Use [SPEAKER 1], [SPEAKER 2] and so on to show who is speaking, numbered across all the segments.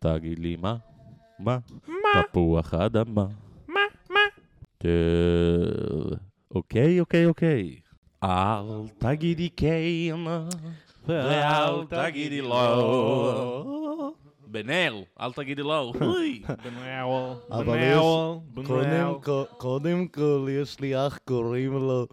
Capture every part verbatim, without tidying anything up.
[SPEAKER 1] תגיד לי מה? מה?
[SPEAKER 2] מה?
[SPEAKER 1] תפוח אדמה.
[SPEAKER 2] מה? מה?
[SPEAKER 1] אוקיי, אוקיי, אוקיי. אל תגידי כן, ואל תגידי לא. בנאל, אל תגידי לא.
[SPEAKER 2] בנאול,
[SPEAKER 3] אבל
[SPEAKER 2] בנאול,
[SPEAKER 3] יש, קודם כל, קודם כל יש לי אח קוראים לו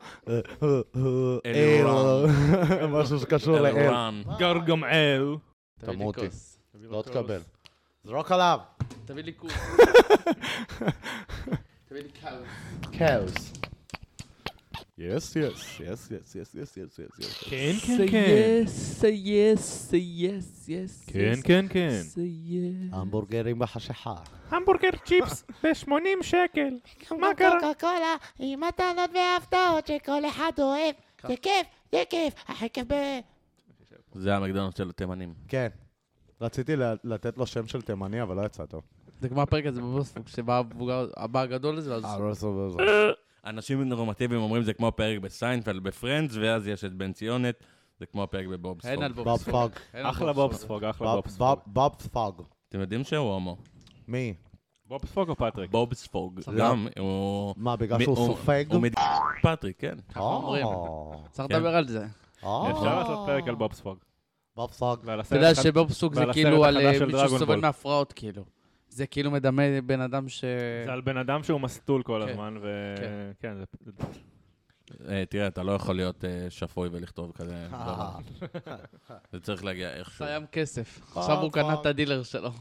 [SPEAKER 1] אלירן.
[SPEAKER 3] אל, משהו שקשור לאל.
[SPEAKER 1] אלרן.
[SPEAKER 2] גרגמאל.
[SPEAKER 3] תמותי, לא תקבל. זרוק עליו.
[SPEAKER 4] תביא לי כוס. תביא לי כאוס.
[SPEAKER 3] כאוס. Yes, yes, yes, yes, yes, yes, yes, yes, yes.
[SPEAKER 2] כן, כן, כן.
[SPEAKER 4] say yes, say yes, yes.
[SPEAKER 2] כן, כן, כן.
[SPEAKER 4] say yes.
[SPEAKER 3] המבורגרים בחשיכה.
[SPEAKER 2] המבורגר צ'יפס ב-שמונים שקל. מה קרה?
[SPEAKER 5] קוקה קולה עם מתנות והפתעות שכל אחד אוהב. זה כיף, זה כיף, הכי כיף ב...
[SPEAKER 1] זה המקדונלדס של התימנים.
[SPEAKER 3] כן. רציתי לתת לו שם של תימני, אבל לא יצא טוב.
[SPEAKER 4] זה כמו הפרק הזה בבוספוג, שבא הבא הגדול לזה, ואז...
[SPEAKER 1] אנשים נורמטיביים אומרים זה כמו הפרק בסיינפלד, בפרנדס, ואז יש את בן ציונת, זה כמו הפרק בבובספוג.
[SPEAKER 4] אין על
[SPEAKER 3] בוב
[SPEAKER 4] בובספוג.
[SPEAKER 3] פוג.
[SPEAKER 2] אחלה בובספוג, אחלה בובספוג.
[SPEAKER 3] בוב פוג.
[SPEAKER 1] אתם יודעים שהוא הומו?
[SPEAKER 3] מי?
[SPEAKER 2] בובספוג או פטריק?
[SPEAKER 1] בובספוג. גם, הוא...
[SPEAKER 3] מה, בגלל שהוא סופג?
[SPEAKER 1] הוא מד... פטריק, כן.
[SPEAKER 4] ככה אומרים.
[SPEAKER 3] אה,
[SPEAKER 4] צריך
[SPEAKER 1] כן.
[SPEAKER 4] לדבר על זה.
[SPEAKER 3] אה.
[SPEAKER 2] אפשר לעשות פרק על בובספוג.
[SPEAKER 3] בוב פוג.
[SPEAKER 4] אתה יודע שבובסוג זה
[SPEAKER 2] ועל
[SPEAKER 4] כאילו
[SPEAKER 2] הסרט
[SPEAKER 4] על
[SPEAKER 2] החדש של
[SPEAKER 4] מישהו
[SPEAKER 2] דרגון
[SPEAKER 4] שסובל
[SPEAKER 2] בול.
[SPEAKER 4] מהפרעות, כאילו. זה כאילו מדמה בן אדם ש...
[SPEAKER 2] זה על בן אדם שהוא מסטול כל
[SPEAKER 4] כן.
[SPEAKER 2] הזמן, וכן, זה...
[SPEAKER 1] אה, תראה, אתה לא יכול להיות אה, שפוי ולכתוב כזה דבר. זה צריך להגיע איכשהו.
[SPEAKER 4] סיים כסף. עכשיו הוא קנה את הדילר שלו.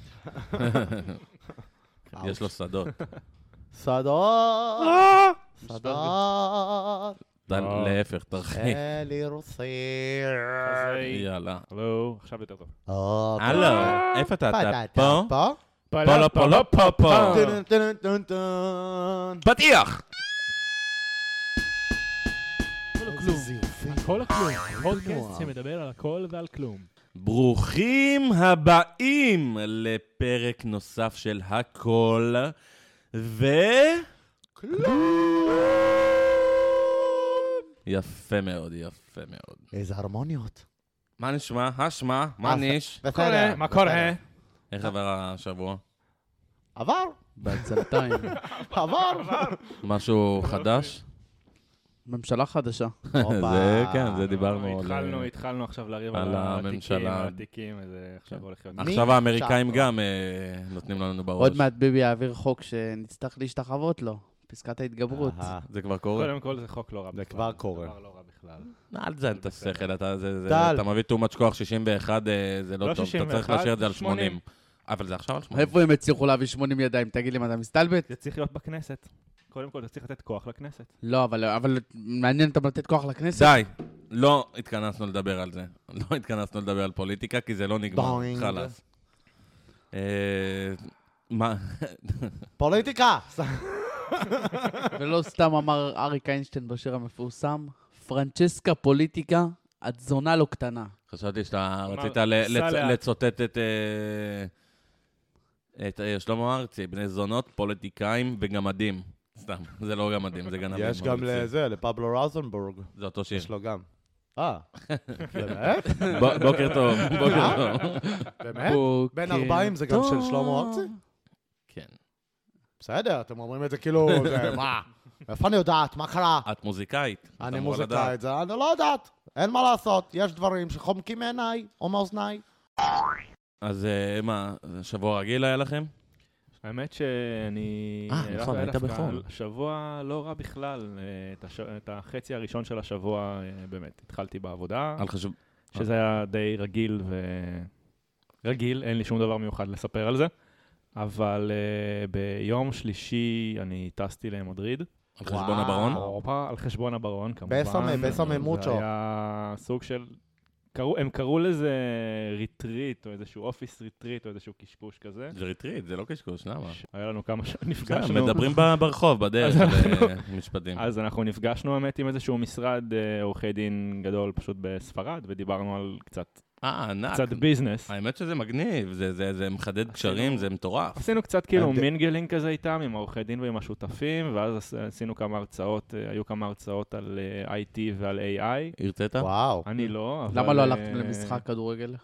[SPEAKER 1] יש לו שדות.
[SPEAKER 3] שדות. שדות.
[SPEAKER 1] די, להפך, תרחיב.
[SPEAKER 3] אלי רוסי.
[SPEAKER 1] יאללה.
[SPEAKER 2] הלו, עכשיו יותר טוב.
[SPEAKER 1] הלו, איפה אתה? אתה פה?
[SPEAKER 3] פה?
[SPEAKER 1] פה, לא, פה, לא, פה, פה.
[SPEAKER 3] טן, טן, טן, טן.
[SPEAKER 1] פתיח!
[SPEAKER 2] הכל הכלום. פודקאסט שמדבר על הכל ועל כלום.
[SPEAKER 1] ברוכים הבאים לפרק נוסף של הכל ו... יפה מאוד, יפה מאוד.
[SPEAKER 3] איזה הרמוניות.
[SPEAKER 1] מה נשמע? השמע? מה ניש?
[SPEAKER 3] בסדר.
[SPEAKER 2] מה קורה?
[SPEAKER 1] איך עבר השבוע?
[SPEAKER 3] עבר.
[SPEAKER 4] בעצלתיים.
[SPEAKER 3] עבר.
[SPEAKER 1] משהו חדש?
[SPEAKER 4] ממשלה חדשה.
[SPEAKER 1] זה, כן, זה דיברנו.
[SPEAKER 2] התחלנו, התחלנו עכשיו לריב
[SPEAKER 1] על
[SPEAKER 2] על התיקים,
[SPEAKER 1] הממשלה.
[SPEAKER 2] על התיקים, איזה עכשיו הולך להיות.
[SPEAKER 1] עכשיו האמריקאים
[SPEAKER 3] שם.
[SPEAKER 1] גם אה, נותנים לנו בראש.
[SPEAKER 4] עוד מעט ביבי יעביר חוק שנצטרך להשתחוות לו. פסקת ההתגברות.
[SPEAKER 3] אהה.
[SPEAKER 1] זה כבר קורה.
[SPEAKER 2] קודם כל זה חוק לא רע בכלל.
[SPEAKER 3] זה כבר קורה.
[SPEAKER 2] דבר לא רע בכלל.
[SPEAKER 1] אל תזיין את השכל, אתה זה- זה-
[SPEAKER 3] טל.
[SPEAKER 1] אתה מביא too much כוח שישים ואחת, אה, זה לא
[SPEAKER 2] לא
[SPEAKER 1] טוב, אתה
[SPEAKER 2] שישים
[SPEAKER 1] צריך
[SPEAKER 2] ואחת,
[SPEAKER 1] להשאיר את זה על
[SPEAKER 2] שמונים.
[SPEAKER 1] שמונים. אבל זה עכשיו על שמונים.
[SPEAKER 4] איפה הם הצליחו להביא שמונים ידיים? תגיד לי, מה אתה מסתלבט?
[SPEAKER 2] זה צריך להיות בכנסת. קודם כל, זה צריך לתת כוח לכנסת.
[SPEAKER 4] לא, אבל אבל מעניין אותם לתת כוח לכנסת?
[SPEAKER 1] די, לא התכנסנו לדבר על זה. לא התכנסנו לדבר על פוליטיקה, כי זה לא נגמר.
[SPEAKER 3] דוינג.
[SPEAKER 1] חלאס. אה, מה?
[SPEAKER 3] פוליטיקה.
[SPEAKER 4] ולא סתם אמר אריק איינשטיין בשיר המפורסם, פרנצ'סקה פוליטיקה, את זונה לא קטנה.
[SPEAKER 1] חשבתי שאתה
[SPEAKER 2] אמר,
[SPEAKER 1] רצית ל-
[SPEAKER 2] סע
[SPEAKER 1] לצ-
[SPEAKER 2] לאט.
[SPEAKER 1] לצוטט את אה, את אה, שלמה ארצי, בני זונות, פוליטיקאים וגמדים. סתם, זה לא גמדים, זה גנבים.
[SPEAKER 3] יש גם לזה, לפבלו רוזנבורג.
[SPEAKER 1] זה אותו שיר.
[SPEAKER 3] יש לו גם. אה. באמת?
[SPEAKER 1] ב- בוקר טוב, בוקר טוב.
[SPEAKER 3] באמת? בן ארבעים זה גם של שלמה ארצי?
[SPEAKER 1] כן.
[SPEAKER 3] בסדר, אתם אומרים את זה כאילו, זה, מה? איפה אני יודעת? מה קרה?
[SPEAKER 1] את מוזיקאית. את
[SPEAKER 3] אני
[SPEAKER 1] אמורה לדעת.
[SPEAKER 3] מוזיקאית, זה אני לא יודעת. אין מה לעשות, יש דברים שחומקים מעיניי או מאוזניי.
[SPEAKER 1] אז אה, מה, שבוע רגיל היה לכם?
[SPEAKER 2] האמת שאני...
[SPEAKER 1] אה, נכון, היית
[SPEAKER 2] דווקא
[SPEAKER 1] בחו"ל.
[SPEAKER 2] שבוע לא רע בכלל. אה, את הש- את החצי הראשון של השבוע, אה, באמת, התחלתי בעבודה,
[SPEAKER 1] על חשוב...
[SPEAKER 2] שזה היה די רגיל ו... רגיל, אין לי שום דבר מיוחד לספר על זה. אבל uh, ביום שלישי אני טסתי למדריד.
[SPEAKER 1] על חשבון הברון?
[SPEAKER 2] אירופה, על חשבון הברון, כמובן.
[SPEAKER 3] בסמי, בסמי מוצ'ו.
[SPEAKER 2] זה היה סוג של... קראו, הם קראו לזה ריטריט, או איזשהו אופיס ריטריט, או איזשהו קשקוש כזה.
[SPEAKER 1] זה ריטריט, זה לא קשקוש, למה?
[SPEAKER 2] היה לנו כמה שנפגשנו.
[SPEAKER 1] מדברים ב- ברחוב, בדרך, במשפטים.
[SPEAKER 2] אז אנחנו נפגשנו באמת עם איזשהו משרד אה, עורכי דין גדול פשוט בספרד, ודיברנו על קצת,
[SPEAKER 1] אה, ענק.
[SPEAKER 2] קצת ביזנס.
[SPEAKER 1] האמת שזה מגניב, זה- זה זה מחדד קשרים, זה מטורף.
[SPEAKER 2] עשינו קצת כאילו
[SPEAKER 3] הד-
[SPEAKER 2] מינגלינג כזה איתם, עם העורכי דין ועם השותפים, ואז עש- עשינו כמה הרצאות, אה, היו כמה הרצאות על אה, איי טי ועל איי איי.
[SPEAKER 1] הרצית?
[SPEAKER 3] וואו.
[SPEAKER 2] אני לא, אבל...
[SPEAKER 4] למה לא
[SPEAKER 2] אה,
[SPEAKER 4] הלכתם למשחק כדורגל?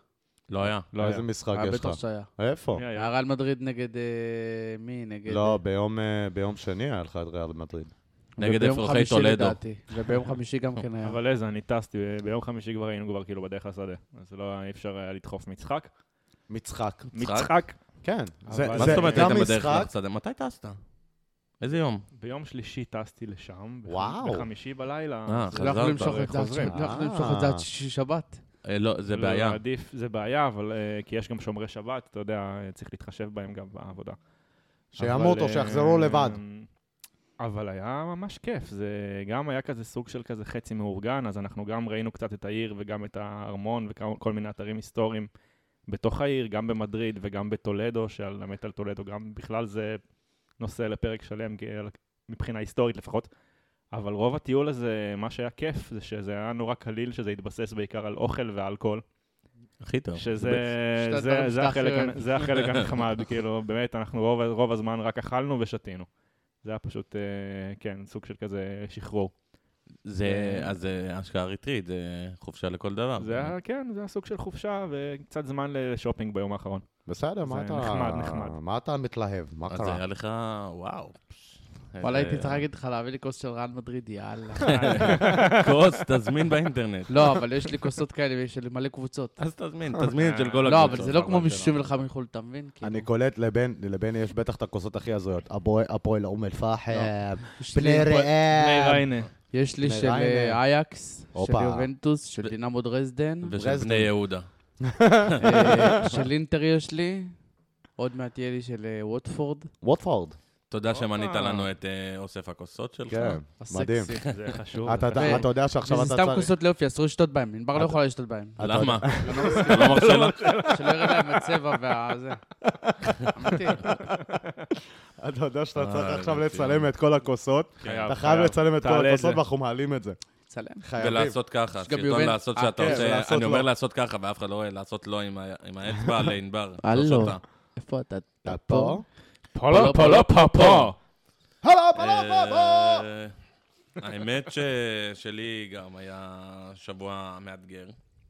[SPEAKER 1] לא היה.
[SPEAKER 2] לא היה.
[SPEAKER 3] איזה משחק
[SPEAKER 4] היה
[SPEAKER 3] יש
[SPEAKER 4] בטח
[SPEAKER 3] לך?
[SPEAKER 4] שהיה.
[SPEAKER 3] איפה?
[SPEAKER 2] מי היה?
[SPEAKER 4] היה ריאל מדריד נגד אה, מי? נגד...
[SPEAKER 3] לא, ביום, אה, ביום שני היה לך את ריאל מדריד.
[SPEAKER 1] נגד
[SPEAKER 4] וביום
[SPEAKER 1] אפרוחי
[SPEAKER 4] חמישי
[SPEAKER 1] טולדו.
[SPEAKER 4] לדעתי. וביום חמישי גם כן היה.
[SPEAKER 2] אבל איזה, אני טסתי, ביום חמישי כבר היינו כבר כאילו בדרך לשדה. אז לא, אי אפשר היה לדחוף משחק.
[SPEAKER 3] מצחק.
[SPEAKER 2] משחק?
[SPEAKER 3] כן. זה,
[SPEAKER 2] אבל-
[SPEAKER 1] מה
[SPEAKER 3] זה
[SPEAKER 1] זאת אומרת
[SPEAKER 3] גם
[SPEAKER 1] הייתם בדרך
[SPEAKER 3] משחק.
[SPEAKER 1] לשדה? מתי טסת? איזה יום?
[SPEAKER 2] ביום שלישי טסתי לשם. בח-
[SPEAKER 3] וואו.
[SPEAKER 2] בחמישי בלילה.
[SPEAKER 1] אה,
[SPEAKER 2] אז-
[SPEAKER 1] חזרת,
[SPEAKER 4] לא יכלו למשוך את זה עד
[SPEAKER 2] חוזרים.
[SPEAKER 4] ש- לא יכלו למשוך את זה עד שישי שבת.
[SPEAKER 1] אה, לא, זה
[SPEAKER 2] לא,
[SPEAKER 1] בעיה.
[SPEAKER 2] עדיף, זה בעיה, אבל אה, כי יש גם שומרי שבת, אתה יודע, צריך להתחשב בהם גם בעבודה.
[SPEAKER 3] שימותו,
[SPEAKER 2] אבל,
[SPEAKER 3] שיחזרו
[SPEAKER 2] אה,
[SPEAKER 3] לבד.
[SPEAKER 2] אבל היה ממש כיף, זה גם היה כזה סוג של כזה חצי מאורגן, אז אנחנו גם ראינו קצת את העיר וגם את הארמון וכל מיני אתרים היסטוריים בתוך העיר, גם במדריד וגם בטולדו, שעל האמת על טולדו גם בכלל זה נושא לפרק שלם, מבחינה היסטורית לפחות. אבל רוב הטיול הזה, מה שהיה כיף, זה שזה היה נורא קליל, שזה התבסס בעיקר על אוכל ואלכוהול.
[SPEAKER 1] הכי טוב.
[SPEAKER 2] שזה
[SPEAKER 4] שתי
[SPEAKER 2] זה,
[SPEAKER 4] דברים
[SPEAKER 2] זה,
[SPEAKER 4] שאתה
[SPEAKER 2] החלק,
[SPEAKER 4] הכי אוהב.
[SPEAKER 2] זה החלק הנחמד, כאילו, באמת, אנחנו רוב, רוב הזמן רק אכלנו ושתינו. זה היה פשוט, אה, כן, סוג של כזה שחרור.
[SPEAKER 1] זה, אז זה אשכרה ריטריט, זה חופשה לכל דבר.
[SPEAKER 2] זה היה, כן, זה היה סוג של חופשה וקצת זמן לשופינג ביום האחרון.
[SPEAKER 3] בסדר, מה
[SPEAKER 2] זה
[SPEAKER 3] אתה...
[SPEAKER 2] נחמד, נחמד.
[SPEAKER 3] מה אתה מתלהב? מה
[SPEAKER 1] אז
[SPEAKER 3] קרה?
[SPEAKER 1] היה לך, וואו.
[SPEAKER 4] וואלה,
[SPEAKER 1] איזה-
[SPEAKER 4] הייתי צריך להגיד לך להביא לי כוס של ריאל מדריד, יאללה.
[SPEAKER 1] כוס, תזמין באינטרנט.
[SPEAKER 4] לא, אבל יש לי כוסות כאלה של מלא קבוצות.
[SPEAKER 1] אז תזמין, תזמין של כל
[SPEAKER 4] לא,
[SPEAKER 1] הקבוצות.
[SPEAKER 4] אבל זה לא כמו
[SPEAKER 1] חבל
[SPEAKER 4] מישהו
[SPEAKER 1] שלא.
[SPEAKER 4] שמביא לך מחו"ל, אתה מבין? כאילו,
[SPEAKER 3] אני קולט לבן, לבני יש בטח את הכוסות הכי הזויות. הפועל- הפועל אום אל-פחם,
[SPEAKER 4] יש לי-
[SPEAKER 3] בני
[SPEAKER 2] בני
[SPEAKER 3] ראם.
[SPEAKER 2] ריינה.
[SPEAKER 4] יש לי
[SPEAKER 3] בני
[SPEAKER 4] של
[SPEAKER 3] ריינה.
[SPEAKER 4] אה, אייקס, של
[SPEAKER 3] הופה.
[SPEAKER 4] יובנטוס, של
[SPEAKER 1] ו-
[SPEAKER 4] דינמו דרזדן,
[SPEAKER 1] ושל
[SPEAKER 3] רזדן.
[SPEAKER 1] בני יהודה.
[SPEAKER 4] אה, של אינטר יש לי, עוד מעט יהיה לי של אה, ווטפורד.
[SPEAKER 3] ווטפורד.
[SPEAKER 1] תודה שמנית
[SPEAKER 2] הופה.
[SPEAKER 1] לנו את אה, אוסף הכוסות שלך.
[SPEAKER 3] כן, מדהים.
[SPEAKER 4] הסקסי.
[SPEAKER 2] זה חשוב.
[SPEAKER 3] אתה-
[SPEAKER 2] זה
[SPEAKER 3] אתה אתה יודע שעכשיו
[SPEAKER 4] וזה
[SPEAKER 3] אתה
[SPEAKER 4] סתם
[SPEAKER 3] צריך...
[SPEAKER 4] כוסות ליופי, אסור לשתות בהם. ענבר לא יכולה לשתות בהם.
[SPEAKER 3] אתה
[SPEAKER 1] למה?
[SPEAKER 3] יודע-
[SPEAKER 1] אתה לא מרשה לה?
[SPEAKER 4] שלא ירד להם הצבע והזה. אמיתי.
[SPEAKER 3] אתה יודע שאתה צריך
[SPEAKER 1] אה,
[SPEAKER 3] עכשיו
[SPEAKER 1] הבנתי.
[SPEAKER 3] לצלם את כל הכוסות.
[SPEAKER 2] חייב,
[SPEAKER 3] אתה חייב לצלם את כל
[SPEAKER 2] תעלה את
[SPEAKER 3] הכוסות
[SPEAKER 2] זה.
[SPEAKER 3] ואנחנו מעלים את זה.
[SPEAKER 4] צלם.
[SPEAKER 3] חייבים.
[SPEAKER 1] ולעשות ככה,
[SPEAKER 4] יש גם
[SPEAKER 1] סרטון
[SPEAKER 4] יובנט-
[SPEAKER 1] לעשות
[SPEAKER 3] אה,
[SPEAKER 1] שאתה
[SPEAKER 3] כן,
[SPEAKER 1] עושה,
[SPEAKER 3] ולעשות
[SPEAKER 1] אני אומר
[SPEAKER 3] לא.
[SPEAKER 1] לעשות ככה, ואף אחד לא רואה, לעשות לא עם ה- עם האצבע לענבר.
[SPEAKER 4] הלו.
[SPEAKER 1] לא שותה.
[SPEAKER 4] איפה אתה?
[SPEAKER 3] אתה פה?
[SPEAKER 2] פולו פולו פופו.
[SPEAKER 3] הלו, הלו, הלו.
[SPEAKER 1] אה, האמת ששלי גם היה שבוע מאתגר.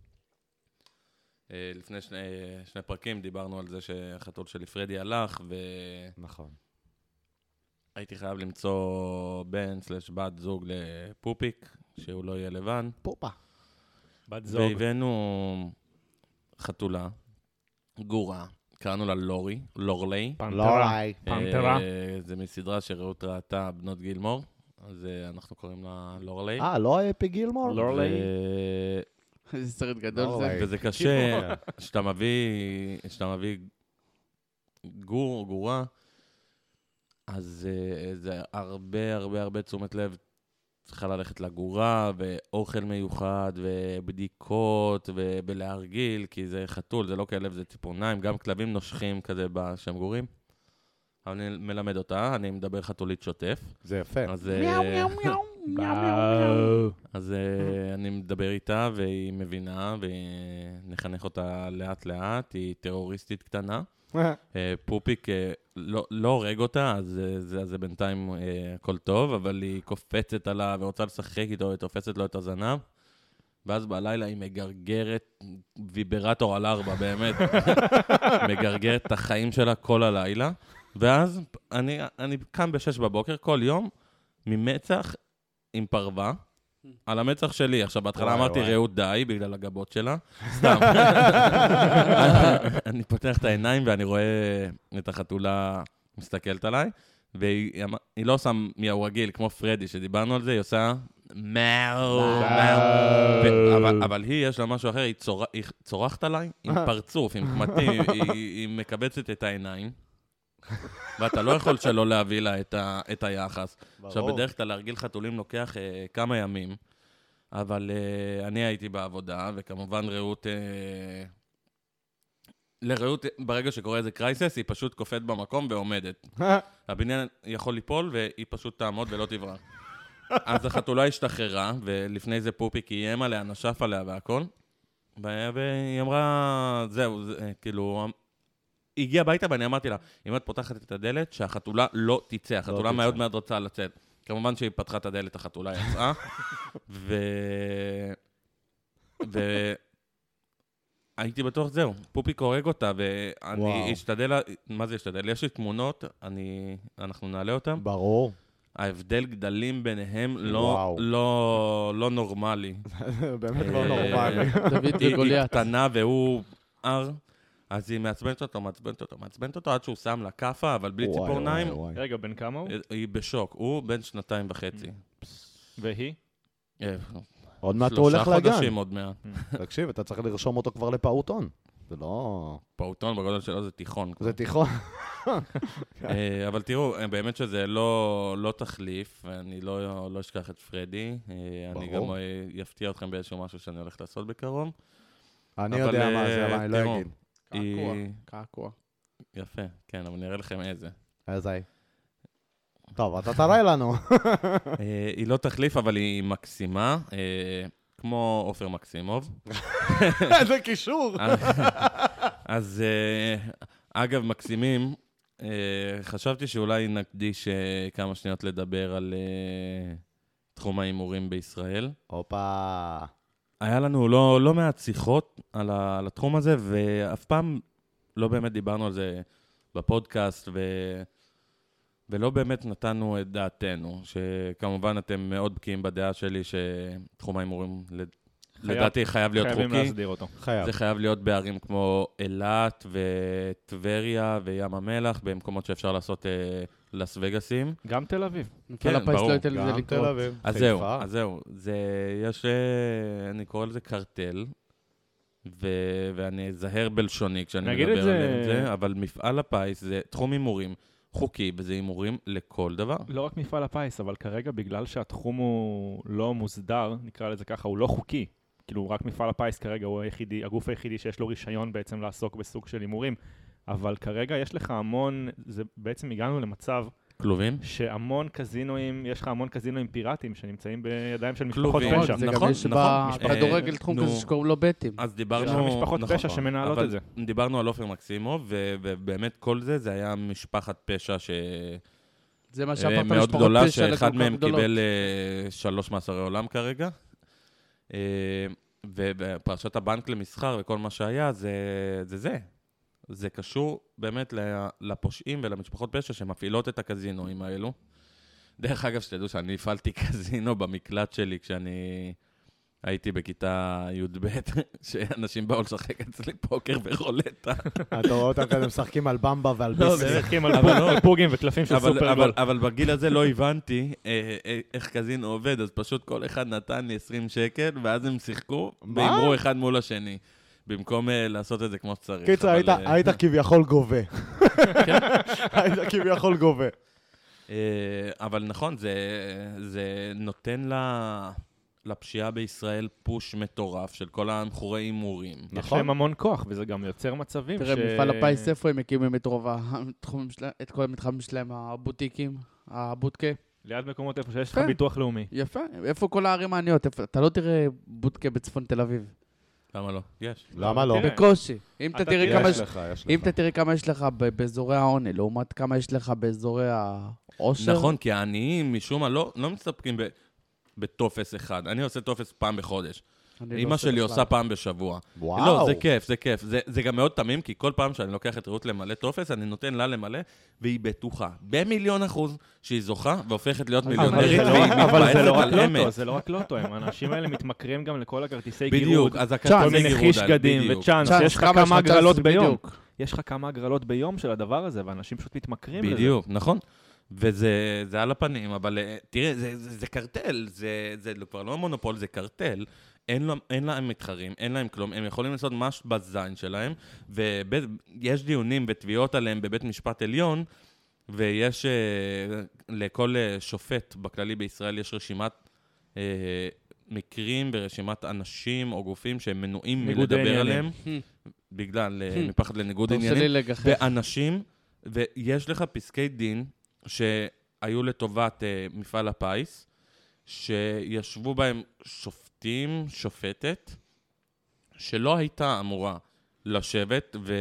[SPEAKER 1] אה, לפני שני שני פרקים דיברנו על זה שהחתול שלי פרדי הלך,
[SPEAKER 3] נכון.
[SPEAKER 1] והייתי חייב למצוא בן סלש בת זוג לפופיק, שהוא לא יהיה לבן.
[SPEAKER 3] פופה.
[SPEAKER 2] בת זוג.
[SPEAKER 1] והבאנו חתולה, גורה, קראנו לה לורי, לורלי.
[SPEAKER 3] לא
[SPEAKER 2] פנתרה.
[SPEAKER 3] ראי.
[SPEAKER 2] פנתרה.
[SPEAKER 1] אה, זה מסדרה שרעות ראתה בנות גילמור, אז אה, אנחנו קוראים לה לורלי.
[SPEAKER 3] אה, לא אפי גילמור?
[SPEAKER 2] לורלי.
[SPEAKER 1] ו-
[SPEAKER 4] איזה סרט גדול
[SPEAKER 3] לא
[SPEAKER 4] זה.
[SPEAKER 3] ראי.
[SPEAKER 1] וזה קשה, שאתה מביא, שאתה מביא גור, גורה, אז אה, זה הרבה הרבה הרבה תשומת לב. צריכה ללכת לגורה, ואוכל מיוחד, ובדיקות, ובלהרגיל, כי זה חתול, זה לא כלב, זה ציפורניים, גם כלבים נושכים כזה שהם גורים. אבל אני מלמד אותה, אני מדבר חתולית שוטף.
[SPEAKER 3] זה יפה.
[SPEAKER 1] אז, אה,
[SPEAKER 5] מיאו מיאו מיאו.
[SPEAKER 2] באו.
[SPEAKER 1] אז אה, אני מדבר איתה, והיא מבינה, ונחנך אותה לאט לאט, היא טרוריסטית קטנה. אה, פופיק אה, לא, לא הורג אותה, אז אה, זה, זה בינתיים אה, הכל טוב, אבל היא קופצת עליו ורוצה לשחק איתו, היא תופסת לו את הזנב, ואז בלילה היא מגרגרת ויברטור על ארבע, באמת. מגרגרת את החיים שלה כל הלילה, ואז אני, אני קם בשש בבוקר כל יום ממצח עם פרווה, על המצח שלי. עכשיו, בהתחלה
[SPEAKER 3] וואי,
[SPEAKER 1] אמרתי,
[SPEAKER 3] וואי.
[SPEAKER 1] רעות די, בגלל הגבות שלה. סתם. אני פותח את העיניים ואני רואה את החתולה מסתכלת עליי, והיא אמ- היא לא עושה מיהו רגיל, כמו פרדי, שדיברנו על זה, היא עושה מאו, מאו. ו- אבל- אבל היא, יש לה משהו אחר, היא צור- היא צורחת עליי עם פרצוף, עם קמטים, היא- היא היא מקבצת את העיניים, ואתה לא יכול שלא להביא לה את ה- את היחס. עכשיו, בדרך כלל להרגיל חתולים לוקח אה, כמה ימים, אבל אה, אני הייתי בעבודה, וכמובן רעות... אה, לרעות, ברגע שקורה איזה קרייסס, היא פשוט קופאת במקום ועומדת. הבניין יכול ליפול, והיא פשוט תעמוד ולא תברח. אז החתולה השתחררה, ולפני זה פופיק איים עליה, נשף עליה והכל, ו- והיא אמרה, זהו, זה, כאילו... היא הגיעה הביתה ואני אמרתי לה, אם את פותחת את הדלת, שהחתולה לא תצא, החתולה
[SPEAKER 3] תצא.
[SPEAKER 1] מאוד מאוד רוצה לצאת. כמובן שהיא פתחה את הדלת, החתולה יצאה, ו... ו... הייתי בטוח זהו, פופיק הורג אותה, ואני
[SPEAKER 3] וואו.
[SPEAKER 1] אשתדל, מה זה אשתדל? יש לי תמונות, אני, אנחנו נעלה אותן.
[SPEAKER 3] ברור.
[SPEAKER 1] ההבדל גדלים ביניהם לא,
[SPEAKER 3] וואו.
[SPEAKER 1] לא, לא נורמלי.
[SPEAKER 3] באמת לא
[SPEAKER 1] אה,
[SPEAKER 3] נורמלי.
[SPEAKER 4] דוד
[SPEAKER 1] היא, היא
[SPEAKER 4] וגוליית.
[SPEAKER 1] קטנה והוא אר, אז היא מעצבנת אותו, מעצבנת אותו, מעצבנת אותו עד שהוא שם לה כאפה, אבל בלי
[SPEAKER 3] וואי,
[SPEAKER 1] ציפורניים,
[SPEAKER 3] וואי, וואי.
[SPEAKER 2] רגע, בן כמה הוא?
[SPEAKER 1] היא בשוק. הוא בן שנתיים וחצי.
[SPEAKER 2] והיא?
[SPEAKER 1] אה,
[SPEAKER 3] עוד מעט הוא הולך
[SPEAKER 1] שלושה
[SPEAKER 3] לגן.
[SPEAKER 1] חודשים עוד מעט.
[SPEAKER 3] תקשיב, אתה צריך לרשום אותו כבר לפעוטון. זה לא...
[SPEAKER 1] פעוטון בגודל שלו זה תיכון. כבר.
[SPEAKER 3] זה תיכון.
[SPEAKER 1] אה, אבל תראו, אה, באמת שזה לא לא תחליף, ואני לא לא אשכח את פרדי. אה, אני גם
[SPEAKER 3] ברור.
[SPEAKER 1] אה, יפתיע אתכם באיזשהו משהו שאני הולך לעשות בקרוב.
[SPEAKER 3] אני
[SPEAKER 1] אבל,
[SPEAKER 3] יודע מה
[SPEAKER 1] אה,
[SPEAKER 3] זה, אבל אני לא
[SPEAKER 1] תראו,
[SPEAKER 3] אגיד.
[SPEAKER 4] קעקוע,
[SPEAKER 1] היא-
[SPEAKER 4] קעקוע.
[SPEAKER 1] יפה, כן, אבל נראה לכם איזה.
[SPEAKER 3] איזה היא. טוב, אתה תראה לנו.
[SPEAKER 1] אה, היא לא תחליף, אבל היא מקסימה, אה, כמו עופר מקסימוב.
[SPEAKER 3] איזה קישור.
[SPEAKER 1] אז אה, אגב, מקסימים, אה, חשבתי שאולי נקדיש אה, כמה שניות לדבר על אה, תחום ההימורים בישראל.
[SPEAKER 3] הופה.
[SPEAKER 1] היה לנו לא, לא מעט שיחות על, ה, על התחום הזה, ואף פעם לא באמת דיברנו על זה בפודקאסט, ו, ולא באמת נתנו את דעתנו, שכמובן אתם מאוד בקיאים בדעה שלי שתחום ההימורים, לד-
[SPEAKER 2] חייב-
[SPEAKER 1] לדעתי חייב להיות
[SPEAKER 2] חייבים
[SPEAKER 1] חוקי.
[SPEAKER 2] להסדיר אותו.
[SPEAKER 3] חייב.
[SPEAKER 1] זה חייב להיות בערים כמו אילת וטבריה וים המלח, במקומות שאפשר לעשות אה, לס וגאסים.
[SPEAKER 2] גם תל אביב.
[SPEAKER 4] מפעל
[SPEAKER 1] כן,
[SPEAKER 4] הפיס
[SPEAKER 1] ברור.
[SPEAKER 4] לא ייתן לזה
[SPEAKER 3] גם תל
[SPEAKER 4] לקרות.
[SPEAKER 3] אביב.
[SPEAKER 1] אז
[SPEAKER 3] חיפה.
[SPEAKER 1] זהו, אז זהו. זה, יש, אה, אני קורא לזה קרטל, ו- ואני אזהר בלשוני כשאני
[SPEAKER 2] נגיד
[SPEAKER 1] מדבר
[SPEAKER 2] את זה-
[SPEAKER 1] עליהם את זה, אבל מפעל הפיס זה תחום הימורים חוקי, וזה הימורים לכל דבר.
[SPEAKER 2] לא רק מפעל הפיס, אבל כרגע בגלל שהתחום הוא לא מוסדר, נקרא לזה ככה, הוא לא חוקי. כאילו, רק מפעל הפיס כרגע הוא היחידי, הגוף היחידי שיש לו רישיון בעצם לעסוק בסוג של הימורים. אבל כרגע יש לך המון, זה בעצם הגענו למצב
[SPEAKER 1] כלובים?
[SPEAKER 2] שהמון קזינואים, יש לך המון קזינואים פיראטיים שנמצאים בידיים של משפחות
[SPEAKER 1] כלובים.
[SPEAKER 2] פשע.
[SPEAKER 4] זה
[SPEAKER 1] נכון,
[SPEAKER 4] גם יש
[SPEAKER 1] נכון.
[SPEAKER 4] בכדורגל
[SPEAKER 1] אה,
[SPEAKER 4] תחום
[SPEAKER 1] נו.
[SPEAKER 4] כזה שקוראים לו בטים.
[SPEAKER 1] אז
[SPEAKER 2] יש
[SPEAKER 1] דיברנו...
[SPEAKER 2] לך משפחות
[SPEAKER 1] נכון,
[SPEAKER 2] פשע שמנהלות
[SPEAKER 1] אבל
[SPEAKER 2] את זה.
[SPEAKER 1] דיברנו על עופר מקסימוב, ו- ובאמת כל זה, זה היה משפחת פשע ש...
[SPEAKER 4] זה מה
[SPEAKER 1] אה,
[SPEAKER 4] שהפך את
[SPEAKER 1] מאוד
[SPEAKER 4] המשפחות
[SPEAKER 1] גדולה,
[SPEAKER 4] פשע לכל
[SPEAKER 1] שאחד
[SPEAKER 4] כך
[SPEAKER 1] מהם
[SPEAKER 4] גדולות.
[SPEAKER 1] קיבל אה, שלוש מאסרי עולם כרגע. אה, ופרשת הבנק למסחר וכל מה שהיה, זה זה. זה. זה קשור באמת ל- לפושעים ולמשפחות פשע שמפעילות את הקזינואים האלו. דרך אגב, שתדעו שאני הפעלתי קזינו במקלט שלי כשאני הייתי בכיתה י"ב, שאנשים באו לשחק אצלי פוקר ורולטה.
[SPEAKER 3] אתה רואה אותם כאלה משחקים על במבה ועל
[SPEAKER 1] לא,
[SPEAKER 3] ביסר.
[SPEAKER 1] זה-
[SPEAKER 2] משחקים על
[SPEAKER 1] אבל לא.
[SPEAKER 2] פוג- פוגים וקלפים של
[SPEAKER 1] אבל,
[SPEAKER 2] סופר
[SPEAKER 1] אבל,
[SPEAKER 2] גול.
[SPEAKER 1] אבל בגיל הזה לא הבנתי אה, אה, איך קזינו עובד, אז פשוט כל אחד נתן לי עשרים שקל, ואז הם שיחקו,
[SPEAKER 3] מה?
[SPEAKER 1] והימרו אחד מול השני, במקום אה, לעשות את זה כמו שצריך.
[SPEAKER 3] קיצר,
[SPEAKER 1] אבל,
[SPEAKER 3] היית-
[SPEAKER 1] אה,
[SPEAKER 3] היית כביכול גובה. היית כביכול גובה.
[SPEAKER 1] אה, אבל נכון, זה, זה נותן לה, לפשיעה בישראל פוש מטורף של כל המכורי הימורים.
[SPEAKER 2] יש
[SPEAKER 3] נכון.
[SPEAKER 2] להם המון כוח, וזה גם יוצר מצבים ש...
[SPEAKER 4] תראה, מפעל הפיס, איפה הם מקימים את רוב התחומים שלהם, את כל המתחמים שלהם, הבוטיקים, הבודקה?
[SPEAKER 2] ליד מקומות איפה שיש לך
[SPEAKER 4] כן.
[SPEAKER 2] ביטוח לאומי.
[SPEAKER 4] יפה. איפה כל הערים העניות? איפה- אתה לא תראה בודקה בצפון תל אביב.
[SPEAKER 1] למה לא? יש.
[SPEAKER 3] למה לא?
[SPEAKER 2] תראה.
[SPEAKER 4] בקושי. אם אתה
[SPEAKER 2] אתה
[SPEAKER 4] תראה
[SPEAKER 2] תראה,
[SPEAKER 4] כמה...
[SPEAKER 3] יש
[SPEAKER 4] יש-
[SPEAKER 3] לך, יש
[SPEAKER 4] אם
[SPEAKER 3] לך.
[SPEAKER 4] אתה תראה כמה יש לך ב- באזורי העוני, לעומת כמה יש לך באזורי העושר.
[SPEAKER 1] נכון, כי העניים משום מה לא, לא מסתפקים ב, בטופס אחד. אני עושה טופס פעם בחודש.
[SPEAKER 4] אני לא
[SPEAKER 1] אמא שלי
[SPEAKER 4] בכלל.
[SPEAKER 1] עושה פעם בשבוע.
[SPEAKER 3] וואו.
[SPEAKER 1] לא, זה כיף, זה כיף. זה, זה גם מאוד תמים, כי כל פעם שאני לוקח את רעות למלא טופס, אני נותן לה למלא, והיא בטוחה, במיליון אחוז, שהיא זוכה והופכת להיות
[SPEAKER 2] אבל
[SPEAKER 1] מיליונרית,
[SPEAKER 2] זה לא
[SPEAKER 1] והיא
[SPEAKER 2] רק- אבל זה
[SPEAKER 1] מתבאסת
[SPEAKER 2] לא רק
[SPEAKER 1] על אמת.
[SPEAKER 2] לוטו, זה לא רק לוטו, הם- האנשים האלה מתמכרים גם לכל הכרטיסי גירוד.
[SPEAKER 1] בדיוק, אז
[SPEAKER 2] כל
[SPEAKER 1] הכרטיסי
[SPEAKER 2] מיני
[SPEAKER 1] גירוד,
[SPEAKER 2] חיש
[SPEAKER 1] האלה,
[SPEAKER 2] גדים
[SPEAKER 1] בדיוק.
[SPEAKER 2] וצ'אנס,
[SPEAKER 4] צ'אנס,
[SPEAKER 2] יש לך
[SPEAKER 4] כמה יש
[SPEAKER 2] כמה
[SPEAKER 4] לך? צ'אנס
[SPEAKER 2] הגרלות
[SPEAKER 4] זה
[SPEAKER 2] ביום.
[SPEAKER 4] בדיוק.
[SPEAKER 2] יש לך כמה הגרלות ביום של הדבר הזה, ואנשים פשוט מתמכרים לזה.
[SPEAKER 1] בדיוק, נכון. וזה זה על הפנים, אבל אה, תראה, זה, זה, זה קרטל, זה, זה כבר לא מונופול, זה קרטל. אין, לו, אין להם מתחרים, אין להם כלום, הם יכולים לעשות משהו בזין שלהם, ויש דיונים ותביעות עליהם בבית משפט עליון, ויש אה, לכל אה, שופט בכללי בישראל יש רשימת אה, מקרים ורשימת אנשים או גופים שהם מנועים
[SPEAKER 2] ניגודי
[SPEAKER 1] מלדבר
[SPEAKER 2] עניינים.
[SPEAKER 1] עליהם, בגלל אה,
[SPEAKER 4] Hmm.
[SPEAKER 1] מפחד לניגוד
[SPEAKER 4] אתה עושה
[SPEAKER 1] עניינים.
[SPEAKER 4] לי לגחך.
[SPEAKER 1] ואנשים, ויש לך פסקי דין שהיו לטובת uh, מפעל הפיס, שישבו בהם שופטים, שופטת, שלא הייתה אמורה לשבת, ו...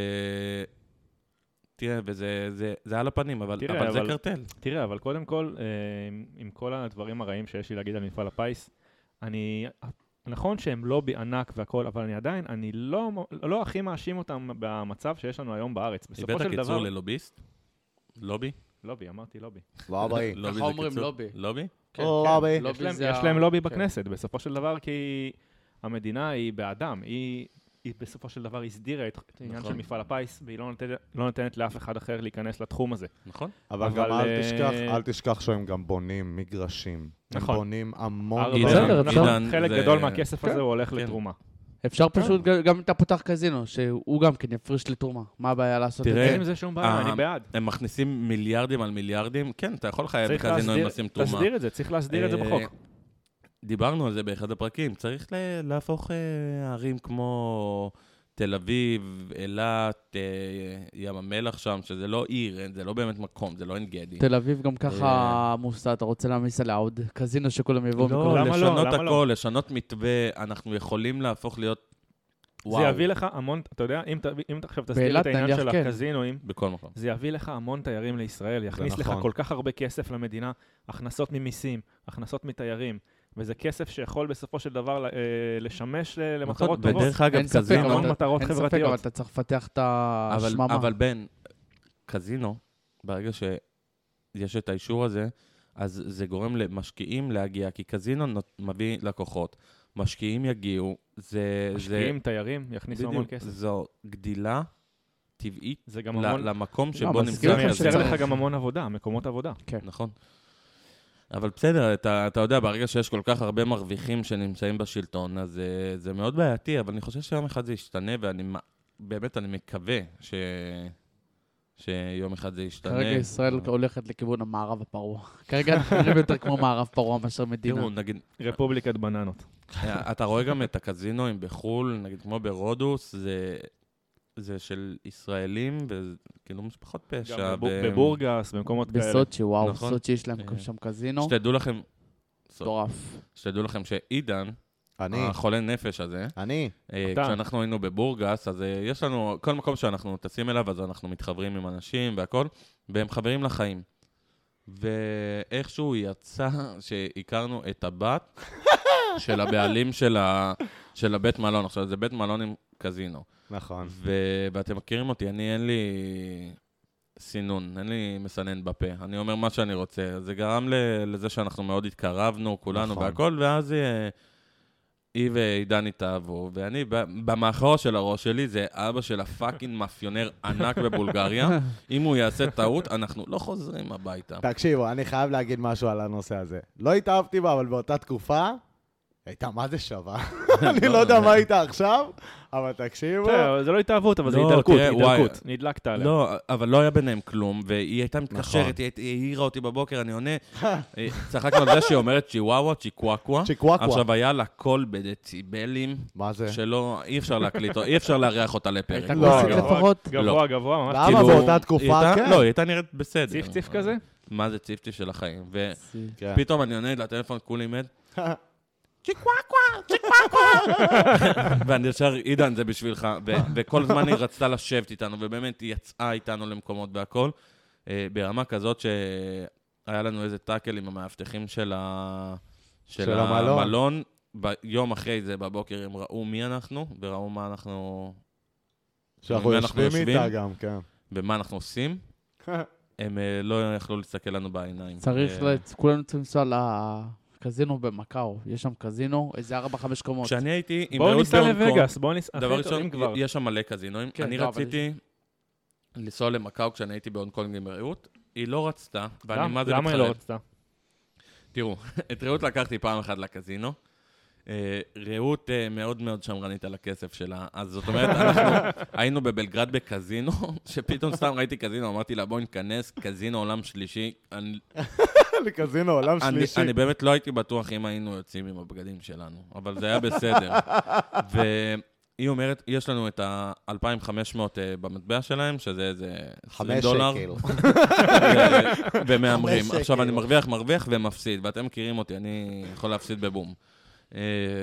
[SPEAKER 1] תראה, וזה זה, זה על הפנים, אבל,
[SPEAKER 2] תראה,
[SPEAKER 1] אבל זה
[SPEAKER 2] אבל-
[SPEAKER 1] קרטל.
[SPEAKER 2] תראה, אבל קודם כל, אה, עם- עם כל הדברים הרעים שיש לי להגיד על מפעל הפיס, אני, נכון שהם לובי ענק והכל, אבל אני עדיין, אני לא, לא הכי מאשים אותם במצב שיש לנו היום בארץ. בסופו
[SPEAKER 1] הבאת
[SPEAKER 2] של
[SPEAKER 1] קיצור
[SPEAKER 2] דבר...
[SPEAKER 1] ללוביסט? לובי?
[SPEAKER 2] לובי, אמרתי לובי.
[SPEAKER 3] לובי.
[SPEAKER 1] לובי
[SPEAKER 4] ככה
[SPEAKER 1] זה
[SPEAKER 4] אומרים
[SPEAKER 1] קיצור?
[SPEAKER 4] לובי.
[SPEAKER 1] לובי?
[SPEAKER 4] כן,
[SPEAKER 3] לובי.
[SPEAKER 4] כן.
[SPEAKER 2] יש להם,
[SPEAKER 4] זה
[SPEAKER 2] יש
[SPEAKER 4] ה-
[SPEAKER 2] להם לובי
[SPEAKER 4] כן.
[SPEAKER 2] בכנסת, בסופו של דבר, כי המדינה היא באדם, היא, היא בסופו של דבר הסדירה את, את העניין
[SPEAKER 1] נכון.
[SPEAKER 2] של מפעל הפיס, והיא לא נותנת, לא נותנת לאף אחד אחר להיכנס לתחום הזה.
[SPEAKER 1] נכון?
[SPEAKER 3] אבל
[SPEAKER 2] אבל,
[SPEAKER 3] גם אל
[SPEAKER 2] אה,
[SPEAKER 3] תשכח, אל תשכח שהם גם בונים מגרשים.
[SPEAKER 2] נכון.
[SPEAKER 3] הם בונים המון.
[SPEAKER 2] הרבה-
[SPEAKER 1] עידן,
[SPEAKER 4] בסדר, אפשר.
[SPEAKER 1] עידן,
[SPEAKER 2] חלק
[SPEAKER 1] זה-
[SPEAKER 2] גדול מהכסף
[SPEAKER 4] כן.
[SPEAKER 2] הזה הוא הולך
[SPEAKER 1] כן.
[SPEAKER 2] לתרומה.
[SPEAKER 4] אפשר פשוט, ג- גם אם אתה פותח קזינו, שהוא גם כן יפריש לתרומה. מה הבעיה לעשות את
[SPEAKER 1] תראה,
[SPEAKER 4] זה?
[SPEAKER 2] אין עם זה שום בעיה,
[SPEAKER 1] אה,
[SPEAKER 2] אני בעד.
[SPEAKER 1] הם מכניסים מיליארדים על מיליארדים. כן, אתה יכול לחייב
[SPEAKER 2] צריך
[SPEAKER 1] בקזינו אם
[SPEAKER 2] להסדיר-
[SPEAKER 1] לשים תרומה.
[SPEAKER 2] תסדיר את זה, צריך להסדיר את זה
[SPEAKER 1] אה,
[SPEAKER 2] בחוק.
[SPEAKER 1] דיברנו על זה באחד הפרקים. צריך ל- להפוך אה, ערים כמו תל אביב, אילת, אה, ים המלח שם, שזה לא עיר, זה לא באמת מקום, זה לא עין גדי.
[SPEAKER 4] תל אביב גם ככה עמוסה, אתה רוצה להעמיס עליה עוד קזינו שכולם יבואו
[SPEAKER 1] לא,
[SPEAKER 4] מכל...
[SPEAKER 2] למה לא?
[SPEAKER 1] לשנות
[SPEAKER 2] למה לא?
[SPEAKER 1] הכל, לשנות מתווה, אנחנו יכולים להפוך להיות
[SPEAKER 2] זה
[SPEAKER 1] וואו,
[SPEAKER 2] יביא לך המון, אתה יודע, אם ת- אם אתה עכשיו תסדיר
[SPEAKER 4] באילת
[SPEAKER 2] את העניין
[SPEAKER 4] נניח,
[SPEAKER 2] של
[SPEAKER 4] כן.
[SPEAKER 2] הקזינואים,
[SPEAKER 1] בכל מקום.
[SPEAKER 2] זה יביא לך המון תיירים לישראל, יכניס לך
[SPEAKER 3] נכון.
[SPEAKER 2] כל כך הרבה כסף למדינה, הכנסות ממיסים, הכנסות מתיירים, וזה כסף שיכול בסופו של דבר אה, לשמש ל- למטרות
[SPEAKER 1] נכון,
[SPEAKER 2] טובות.
[SPEAKER 1] ודרך אגב,
[SPEAKER 4] אין ספק,
[SPEAKER 1] קזינו,
[SPEAKER 2] המון
[SPEAKER 4] אבל-
[SPEAKER 2] מטרות
[SPEAKER 4] אין ספק,
[SPEAKER 2] חברתיות.
[SPEAKER 4] אבל אתה צריך לפתח את
[SPEAKER 1] אבל,
[SPEAKER 4] השממה.
[SPEAKER 1] אבל בין קזינו, ברגע שיש את האישור הזה, אז זה גורם למשקיעים להגיע, כי קזינו נות- מביא לקוחות. משקיעים יגיעו, זה...
[SPEAKER 2] משקיעים, תיירים,
[SPEAKER 1] זה,
[SPEAKER 2] יכניסו המון
[SPEAKER 1] בדיוק,
[SPEAKER 2] כסף.
[SPEAKER 1] זו גדילה טבעית
[SPEAKER 2] זה גם
[SPEAKER 1] ל-
[SPEAKER 2] המון,
[SPEAKER 1] למקום שבו
[SPEAKER 4] מסכים
[SPEAKER 1] נמצא
[SPEAKER 2] זה
[SPEAKER 4] איתך
[SPEAKER 2] מייצר
[SPEAKER 1] קזינו.
[SPEAKER 4] שצריך.
[SPEAKER 2] לך גם המון עבודה, מקומות עבודה.
[SPEAKER 1] נכון. אבל בסדר, אתה, אתה יודע, ברגע שיש כל כך הרבה מרוויחים שנמצאים בשלטון, אז זה, זה מאוד בעייתי, אבל אני חושב שיום אחד זה ישתנה, ואני מ- באמת, אני מקווה ש... שיום אחד זה ישתנה.
[SPEAKER 4] כרגע ישראל הולכת לכיוון המערב הפרוע. כרגע אנחנו נראים יותר כמו מערב פרוע מאשר מדינה.
[SPEAKER 1] תראו, נגיד,
[SPEAKER 2] רפובליקת בננות.
[SPEAKER 1] אתה רואה גם את הקזינואים בחול, נגיד כמו ברודוס, זה, זה של ישראלים, וכאילו משפחות פשע.
[SPEAKER 2] גם בב-
[SPEAKER 1] ו-
[SPEAKER 2] בבורגס, במקומות כאלה.
[SPEAKER 4] בסוצ'י, וואו,
[SPEAKER 1] נכון.
[SPEAKER 4] סוצ'י יש להם
[SPEAKER 1] אה,
[SPEAKER 4] שם קזינו.
[SPEAKER 1] שתדעו לכם,
[SPEAKER 4] מטורף.
[SPEAKER 1] שתדעו לכם שעידן,
[SPEAKER 3] אני,
[SPEAKER 1] החולה נפש הזה,
[SPEAKER 3] אני.
[SPEAKER 1] אה,
[SPEAKER 2] אתה.
[SPEAKER 1] כשאנחנו היינו בבורגס, אז אה, יש לנו, כל מקום שאנחנו טסים אליו, אז אנחנו מתחברים עם אנשים והכל, והם חברים לחיים. ואיכשהו יצא שהכרנו את הבת של הבעלים של, ה, של הבית מלון. עכשיו, זה בית מלון עם קזינו.
[SPEAKER 3] נכון.
[SPEAKER 1] ו- ואתם מכירים אותי, אני אין לי סינון, אין לי מסנן בפה. אני אומר מה שאני רוצה. זה גרם ל- לזה שאנחנו מאוד התקרבנו, כולנו
[SPEAKER 3] נכון.
[SPEAKER 1] והכל, ואז אה, היא ועידן התאהבו, ואני, ב- במאחור של הראש שלי, זה אבא של הפאקינג מאפיונר ענק בבולגריה. אם הוא יעשה טעות, אנחנו לא חוזרים הביתה.
[SPEAKER 3] תקשיבו, אני חייב להגיד משהו על הנושא הזה. לא התאהבתי בה, אבל באותה תקופה, הייתה מה זה שווה. אני לא יודע מה הייתה עכשיו, אבל תקשיבו.
[SPEAKER 2] בסדר, זה לא התאהבות, אבל זה
[SPEAKER 1] לא,
[SPEAKER 2] הידלקות,
[SPEAKER 1] תראה, וואי.
[SPEAKER 2] הידלקות. נדלקת עליה.
[SPEAKER 1] לא, אבל לא היה ביניהם כלום, והיא הייתה
[SPEAKER 3] נכון.
[SPEAKER 1] מתקשרת, היא הייתה- היא העירה אותי בבוקר, אני עונה. אה, צחקנו על זה שהיא אומרת צ'יוואווה, צ'יקוואקווה.
[SPEAKER 3] צ'יקוואקווה.
[SPEAKER 1] עכשיו היה לה קול בדציבלים,
[SPEAKER 3] מה זה?
[SPEAKER 1] שלא, אי אפשר להקליט, אי אפשר לארח אותה לפרק.
[SPEAKER 4] הייתה
[SPEAKER 3] לא,
[SPEAKER 4] כוסית
[SPEAKER 3] לא.
[SPEAKER 4] לפחות.
[SPEAKER 2] גבוה, גבוה, ממש
[SPEAKER 3] למה?
[SPEAKER 1] כאילו,
[SPEAKER 3] באותה תקופה,
[SPEAKER 1] היא הייתה-
[SPEAKER 3] כן.
[SPEAKER 1] לא, היא הייתה נראית בסדר.
[SPEAKER 2] ציף ציף כזה?
[SPEAKER 1] מה זה ציפטי של החיים?
[SPEAKER 3] כן.
[SPEAKER 1] ופתאום אני עונה לטלפון, כולי מת. ואני ישר, עידן, זה בשבילך. ו- וכל זמן היא רצתה לשבת איתנו, ובאמת היא יצאה איתנו למקומות והכל, אה, ברמה כזאת שהיה לנו איזה טאקל עם המאבטחים של ה- של
[SPEAKER 3] של המלון.
[SPEAKER 1] המלון. ביום אחרי זה, בבוקר, הם ראו מי אנחנו, וראו מה אנחנו...
[SPEAKER 3] שאנחנו
[SPEAKER 1] אנחנו
[SPEAKER 3] יושבים
[SPEAKER 1] יושבים.
[SPEAKER 3] איתה גם, כן.
[SPEAKER 1] ומה אנחנו עושים. הם אה, לא יכלו להסתכל לנו בעיניים.
[SPEAKER 4] צריך,
[SPEAKER 1] אה,
[SPEAKER 4] ל- כולנו צריכים לנסוע לקזינו במקאו. יש שם קזינו, איזה ארבע, חמש קומות.
[SPEAKER 1] כשאני הייתי עם
[SPEAKER 2] בואו
[SPEAKER 1] רעות
[SPEAKER 2] ניסע
[SPEAKER 1] בהונג קונג,
[SPEAKER 2] לווגאס, בואו ניסע,
[SPEAKER 1] דבר
[SPEAKER 2] הכי טובים
[SPEAKER 1] ראשון,
[SPEAKER 2] כבר.
[SPEAKER 1] יש שם מלא קזינואים.
[SPEAKER 4] כן,
[SPEAKER 1] אני
[SPEAKER 4] לא, אבל
[SPEAKER 1] רציתי לנסוע למקאו כשאני הייתי בהונג קונג עם רעות. היא לא רצתה, ואני
[SPEAKER 2] למה
[SPEAKER 1] מה זה
[SPEAKER 2] למה היא לא
[SPEAKER 1] מתחרט.
[SPEAKER 2] רצתה?
[SPEAKER 1] תראו, את רעות לקחתי פעם אחת לקזינו. אה, רעות אה, מאוד מאוד שמרנית על הכסף שלה. אז זאת אומרת, אנחנו היינו בבלגרד בקזינו, שפתאום סתם ראיתי קזינו, אמרתי לה, בואי ניכנס, קזינו עולם שלישי. אני-
[SPEAKER 3] לקזינו עולם
[SPEAKER 1] אני,
[SPEAKER 3] שלישי.
[SPEAKER 1] אני באמת לא הייתי בטוח אם היינו יוצאים עם הבגדים שלנו, אבל זה היה בסדר. והיא אומרת, יש לנו את ה-אלפיים וחמש מאות uh, במטבע שלהם, שזה איזה עשרים
[SPEAKER 3] חמש
[SPEAKER 1] דולר,
[SPEAKER 3] שקל.
[SPEAKER 1] ו- ומהמרים.
[SPEAKER 3] חמש
[SPEAKER 1] עכשיו
[SPEAKER 3] שקל.
[SPEAKER 1] אני מרוויח, מרוויח ומפסיד, ואתם מכירים אותי, אני יכול להפסיד בבום. Uh,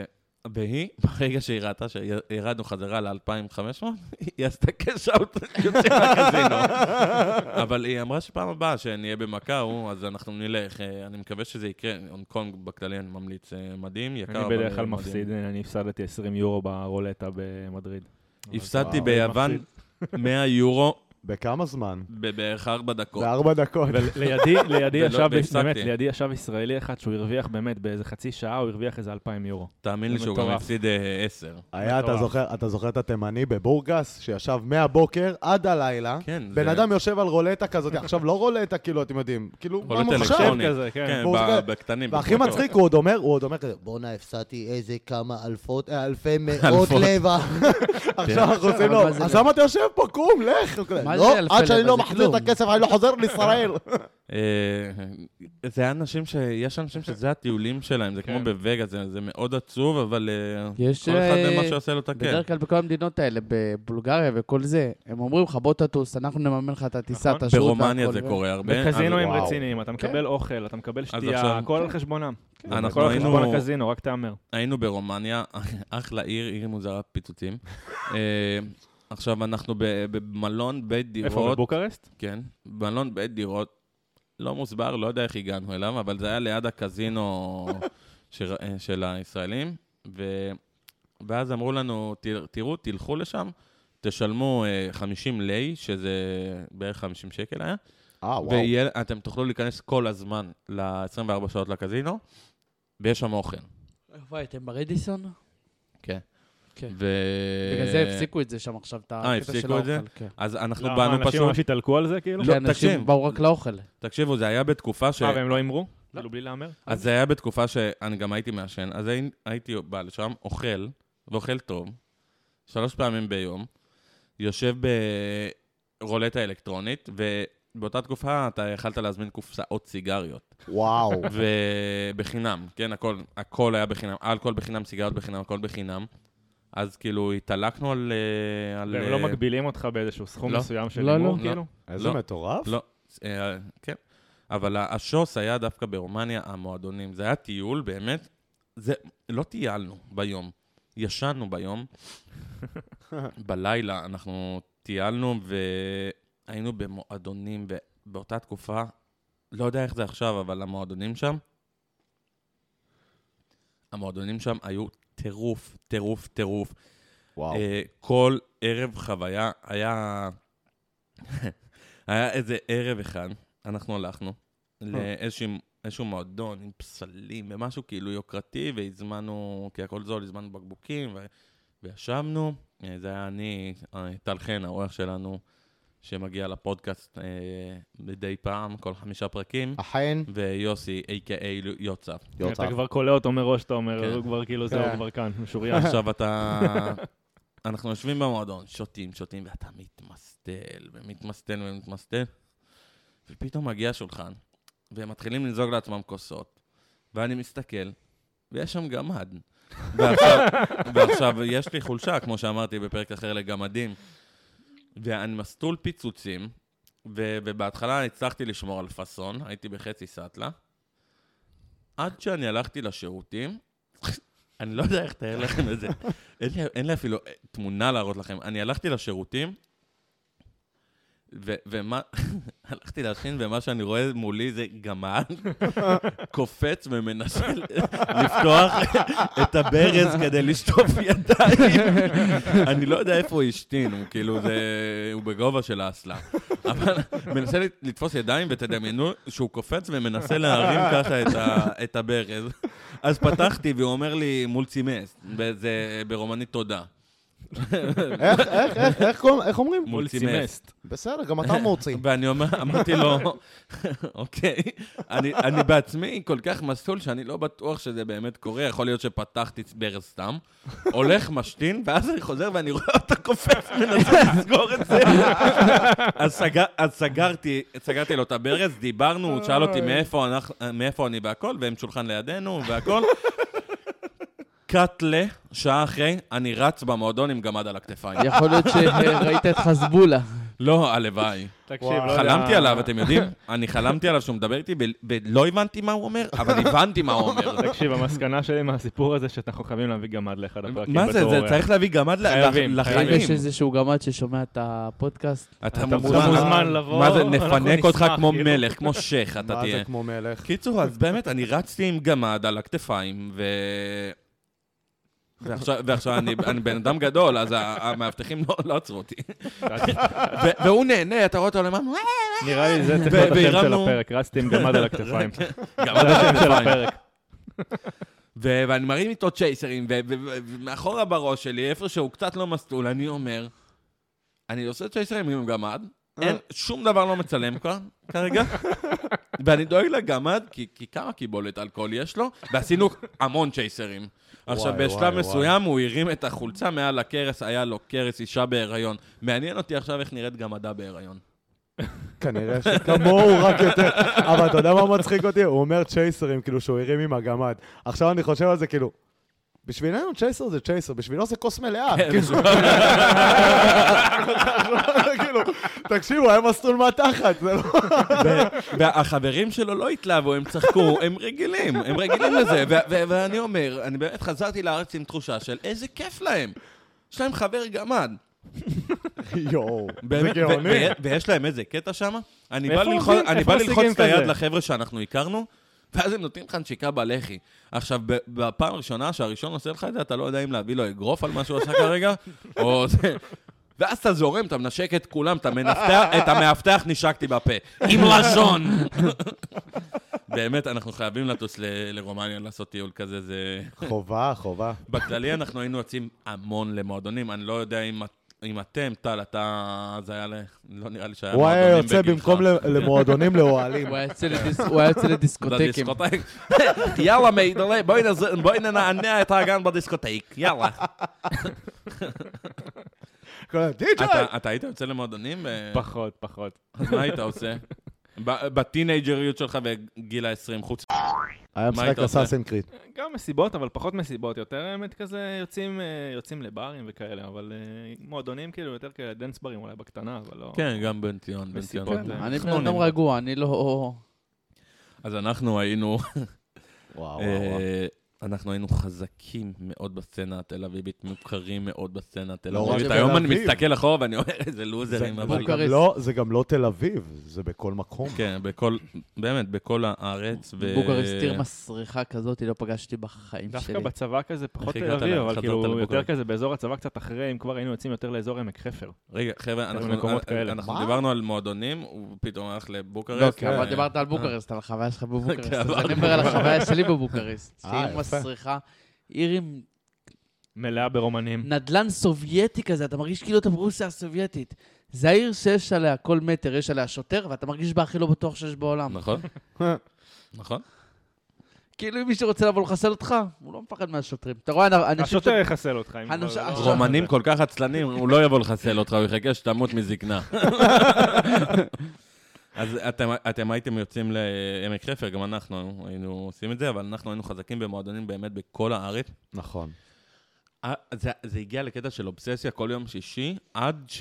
[SPEAKER 1] והיא, ברגע שהיא ראתה שירדנו חזרה ל-אלפיים וחמש מאות, היא עשתה קש-אאוט יוצאים לקזינו. אבל היא אמרה שפעם הבאה שנהיה במקאו, אז אנחנו נלך. אני מקווה שזה יקרה. הונג קונג בכללי אני ממליץ מדהים, יקר.
[SPEAKER 2] אני בדרך כלל מפסיד, אני הפסדתי עשרים יורו ברולטה במדריד.
[SPEAKER 1] הפסדתי ביוון מאה יורו.
[SPEAKER 3] בכמה זמן?
[SPEAKER 1] בערך ארבע דקות.
[SPEAKER 3] בארבע דקות.
[SPEAKER 2] ולידי, לידי ישב, באמת, לידי ישב ישראלי אחד שהוא הרוויח באמת באיזה חצי שעה, הוא הרוויח איזה אלפיים יורו.
[SPEAKER 1] תאמין לי שהוא גם הפסיד עשר.
[SPEAKER 3] היה, אתה זוכר את התימני בבורגס, שישב מהבוקר עד הלילה, בן אדם יושב על רולטה כזאת, עכשיו לא רולטה, כאילו, אתם יודעים, כאילו,
[SPEAKER 1] רולטה אלקטרונית כזה, כן, בקטנים.
[SPEAKER 3] והכי מצחיק, הוא עוד אומר, הוא עוד אומר כזה, בוא'נה, הפסדתי איזה כמה אלפות, אלפי מאות לבה. עכשיו אנחנו עושים לו, אז למה אתה יושב פה? קום, לך. לא, עד שאני לא מחזיר את הכסף, אני לא חוזר לישראל.
[SPEAKER 1] זה אנשים שיש אנשים שזה הטיולים שלהם, זה כמו בווגאס, זה מאוד עצוב, אבל כל אחד במה שעושה לו את הכיף.
[SPEAKER 4] בדרך כלל בכל המדינות האלה, בבולגריה וכל זה, הם אומרים לך, בוא תטוס, אנחנו נממן לך את הטיסה, את השירות.
[SPEAKER 1] ברומניה זה קורה הרבה.
[SPEAKER 2] בקזינואים רציניים, אתה מקבל אוכל, אתה מקבל שתייה, הכל על חשבונם. הכל על חשבון הקזינו, רק תאמר.
[SPEAKER 1] היינו ברומניה, אחלה עיר, עיר מוזרה פיצוצים. עכשיו אנחנו במלון בית דירות.
[SPEAKER 2] איפה, בבוקרסט?
[SPEAKER 1] כן, במלון בית דירות. לא מוסבר, לא יודע איך הגענו אליו, אבל זה היה ליד הקזינו של הישראלים. ואז אמרו לנו, תראו, תלכו לשם, תשלמו חמישים לי, שזה בערך חמישים שקל היה.
[SPEAKER 3] אה, וואו.
[SPEAKER 1] ואתם תוכלו להיכנס כל הזמן ל-עשרים וארבע שעות לקזינו, ויש שם אוכל.
[SPEAKER 4] איפה הייתם ברדיסון?
[SPEAKER 1] כן.
[SPEAKER 4] ו... בגלל זה הפסיקו את זה שם עכשיו, את הקטע של האוכל. אז
[SPEAKER 1] אנחנו באנו פשוט...
[SPEAKER 2] אנשים ממש התעלקו על זה כאילו?
[SPEAKER 4] כן, אנשים באו רק לאוכל.
[SPEAKER 1] תקשיבו, זה היה בתקופה ש...
[SPEAKER 2] אה, והם לא אמרו? כאילו בלי לאמר?
[SPEAKER 1] אז זה היה בתקופה שאני גם הייתי מעשן, אז הייתי בא לשם, אוכל, ואוכל טוב, שלוש פעמים ביום, יושב ברולטה אלקטרונית, ובאותה תקופה אתה יכלת להזמין קופסאות סיגריות.
[SPEAKER 3] וואו.
[SPEAKER 1] ובחינם, כן, הכל, הכל היה בחינם, אלכוהול בחינם, סיגריות בחינם, הכל בחינם. אז כאילו התעלקנו על...
[SPEAKER 2] והם לא מגבילים אותך באיזשהו סכום מסוים של הימור, כאילו?
[SPEAKER 3] איזה מטורף.
[SPEAKER 1] לא, כן. אבל השוס היה דווקא ברומניה, המועדונים. זה היה טיול, באמת. זה, לא טיילנו ביום. ישנו ביום. בלילה אנחנו טיילנו והיינו במועדונים, ובאותה תקופה, לא יודע איך זה עכשיו, אבל המועדונים שם, המועדונים שם היו טירוף, טירוף, טירוף.
[SPEAKER 3] וואו. Uh,
[SPEAKER 1] כל ערב חוויה, היה... היה איזה ערב אחד, אנחנו הלכנו לאיזשהו מועדון עם פסלים ומשהו כאילו יוקרתי, והזמנו, כי הכל זול, הזמנו בקבוקים, ו... וישבנו. זה היה אני, טל חן, האורח שלנו, שמגיע לפודקאסט אה, מדי פעם, כל חמישה פרקים.
[SPEAKER 3] אכן.
[SPEAKER 1] ויוסי, איי קיי איי יוצא.
[SPEAKER 2] אתה כבר קולע אותו מראש, אתה אומר, הוא כבר כאילו זהו, כבר כאן, משוריין.
[SPEAKER 1] עכשיו אתה... אנחנו יושבים במועדון, שותים, שותים, ואתה מתמסטל, ומתמסטל ומתמסטל, ופתאום מגיע שולחן, והם מתחילים לנזוג לעצמם כוסות, ואני מסתכל, ויש שם גמד. ועכשיו, ועכשיו יש לי חולשה, כמו שאמרתי בפרק אחר לגמדים, ואני מסטול פיצוצים, ו- ובהתחלה הצלחתי לשמור על פסון, הייתי בחצי סטלה, עד שאני הלכתי לשירותים, אני לא יודע איך תאר לכם את זה, אין לי, אין לי אפילו תמונה להראות לכם, אני הלכתי לשירותים, ו- ומה, הלכתי להשכין, ומה שאני רואה מולי זה גמל, קופץ ומנסה לפתוח את הברז כדי לשטוף ידיים. אני לא יודע איפה הוא השתין, הוא כאילו, זה, הוא בגובה של האסלה. אבל מנסה לתפוס ידיים, ותדמיינו שהוא קופץ ומנסה להרים ככה את, ה- את הברז. אז פתחתי, והוא אומר לי מולצימס, זה ברומנית תודה.
[SPEAKER 3] איך, איך, איך, איך, איך אומרים?
[SPEAKER 1] מולצימסט.
[SPEAKER 3] בסדר, גם אתה מוציא.
[SPEAKER 1] ואני אמרתי לו, אוקיי, אני בעצמי כל כך מסלול שאני לא בטוח שזה באמת קורה, יכול להיות שפתחתי ברז סתם, הולך משתין, ואז אני חוזר ואני רואה אותה קופץ, מנסה לסגור את זה. אז סגרתי לו את הברז, דיברנו, הוא שאל אותי מאיפה אני והכל, והם שולחן לידינו והכל. קטלה, שעה אחרי, אני רץ במועדון עם גמד על הכתפיים.
[SPEAKER 4] יכול להיות שראית את חזבולה.
[SPEAKER 1] לא, הלוואי.
[SPEAKER 2] תקשיב, לא יודע...
[SPEAKER 1] חלמתי עליו, אתם יודעים? אני חלמתי עליו שהוא מדבר איתי, ולא הבנתי מה הוא אומר, אבל הבנתי מה הוא אומר.
[SPEAKER 2] תקשיב, המסקנה שלי מהסיפור הזה, שאנחנו חייבים להביא גמד לאחד הפרקים.
[SPEAKER 1] מה זה? זה צריך להביא גמד לחיים.
[SPEAKER 4] יש איזשהו גמד ששומע את הפודקאסט.
[SPEAKER 1] אתה
[SPEAKER 2] מוזמן לבוא.
[SPEAKER 1] מה זה? נפנק אותך כמו מלך, כמו שייך אתה תהיה.
[SPEAKER 3] מה זה כמו מלך?
[SPEAKER 1] קיצור, אז באמת, אני רצתי עם גמד על הכתפיים, ו... ועכשיו אני בן אדם גדול, אז המאבטחים לא עצרו אותי. והוא נהנה, אתה רואה אותו למעלה.
[SPEAKER 2] נראה לי זה צריך להיות השם של הפרק, רצתי עם גמד על הכתפיים.
[SPEAKER 1] גמד על הכתפיים. ואני מרים איתו צ'ייסרים, ומאחורה בראש שלי, איפה שהוא קצת לא מסלול, אני אומר, אני עושה צ'ייסרים עם גמד, אין, שום דבר לא מצלם כבר, כרגע, ואני דואג לגמד, כי, כי כמה קיבולת אלכוהול יש לו, ועשינו המון צ'ייסרים. עכשיו, בשלב מסוים הוא הרים את החולצה מעל הקרס, היה לו קרס אישה בהיריון. מעניין אותי עכשיו איך נראית גמדה בהיריון.
[SPEAKER 3] כנראה שכמוהו רק יותר. אבל אתה יודע מה מצחיק אותי? הוא אומר צ'ייסרים, כאילו שהוא הרים עם הגמד. עכשיו אני חושב על זה, כאילו, בשבילנו צ'ייסר זה צ'ייסר, בשבילו זה כוס מלאה. כאילו, תקשיבו, היה מסלול מהתחת, זה לא...
[SPEAKER 1] והחברים שלו לא התלהבו, הם צחקו, הם רגילים, הם רגילים לזה. ואני אומר, אני באמת חזרתי לארץ עם תחושה של איזה כיף להם. יש להם חבר גמד.
[SPEAKER 3] יואו, זה גאוני.
[SPEAKER 1] ויש להם איזה קטע שם. אני בא ללחוץ את היד לחבר'ה שאנחנו הכרנו, ואז הם נותנים לך נשיקה בלחי. עכשיו, בפעם הראשונה שהראשון עושה לך את זה, אתה לא יודע אם להביא לו אגרוף על מה שהוא עושה כרגע, או זה... ואז אתה זורם, אתה מנשק את כולם, את המאבטח נשקתי בפה. עם לשון! באמת, אנחנו חייבים לטוס לרומניה לעשות טיול כזה, זה...
[SPEAKER 3] חובה, חובה.
[SPEAKER 1] בכללי אנחנו היינו יוצאים המון למועדונים, אני לא יודע אם... אם אתם, טל, אתה... זה היה ל... לא נראה לי שהיה
[SPEAKER 3] הוא היה יוצא במקום למועדונים לאוהלים.
[SPEAKER 4] הוא היה יוצא לדיסקוטקים.
[SPEAKER 1] יאללה, מיידלה, בואי נענע את האגן בדיסקוטק, יאללה. אתה היית יוצא למועדונים?
[SPEAKER 2] פחות, פחות.
[SPEAKER 1] אז מה היית עושה? בטינג'ריות שלך וגיל ה-עשרים חוץ.
[SPEAKER 3] היה משחק אסאסין קריד.
[SPEAKER 2] גם מסיבות, אבל פחות מסיבות. יותר האמת כזה יוצאים לברים וכאלה, אבל מועדונים כאילו יותר כאלה דנס ברים אולי בקטנה, אבל לא...
[SPEAKER 1] כן, גם בנציון.
[SPEAKER 4] אני בן אדם רגוע, אני לא...
[SPEAKER 1] אז אנחנו היינו...
[SPEAKER 3] וואו, וואו.
[SPEAKER 1] אנחנו היינו חזקים מאוד בסצנה התל אביבית, מוכרים מאוד בסצנה התל
[SPEAKER 3] לא
[SPEAKER 1] אביבית. היום אני מסתכל אחורה ואני אומר, איזה לוזרים.
[SPEAKER 3] זה גם לא תל אביב, זה בכל מקום.
[SPEAKER 1] כן, באמת, בכל הארץ.
[SPEAKER 4] בוקרשט עיר מסריחה כזאת, לא פגשתי בחיים שלי.
[SPEAKER 2] דווקא בצבא כזה, פחות תל אביב, אבל כאילו יותר כזה באזור הצבא קצת אחרי, אם כבר היינו יוצאים יותר לאזור עמק חפר.
[SPEAKER 1] רגע, חבר'ה, אנחנו דיברנו על מועדונים, הוא פתאום הלך לבוקרשט.
[SPEAKER 4] לא, אבל דיברת על בוקרשט, על החוויה שלך בבוקרשט. אני אומר על החוויה שלי בבוקרשט. מסריחה, עיר עם...
[SPEAKER 2] מלאה ברומנים.
[SPEAKER 4] נדלן סובייטי כזה, אתה מרגיש כאילו אתה ברוסיה הסובייטית. זה העיר שיש עליה כל מטר, יש עליה שוטר, ואתה מרגיש בה הכי לא בטוח שיש בעולם.
[SPEAKER 1] נכון. נכון.
[SPEAKER 4] כאילו אם מישהו רוצה לבוא לחסל אותך, הוא לא מפחד מהשוטרים. אתה רואה,
[SPEAKER 2] השוטר יחסל אותך.
[SPEAKER 1] רומנים כל כך עצלנים, הוא לא יבוא לחסל אותך, הוא יחכה שתמות מזקנה. אז אתם, אתם הייתם יוצאים לעמק חפר, גם אנחנו היינו עושים את זה, אבל אנחנו היינו חזקים במועדונים באמת בכל הארץ.
[SPEAKER 3] נכון.
[SPEAKER 1] זה, זה הגיע לקטע של אובססיה כל יום שישי, עד ש...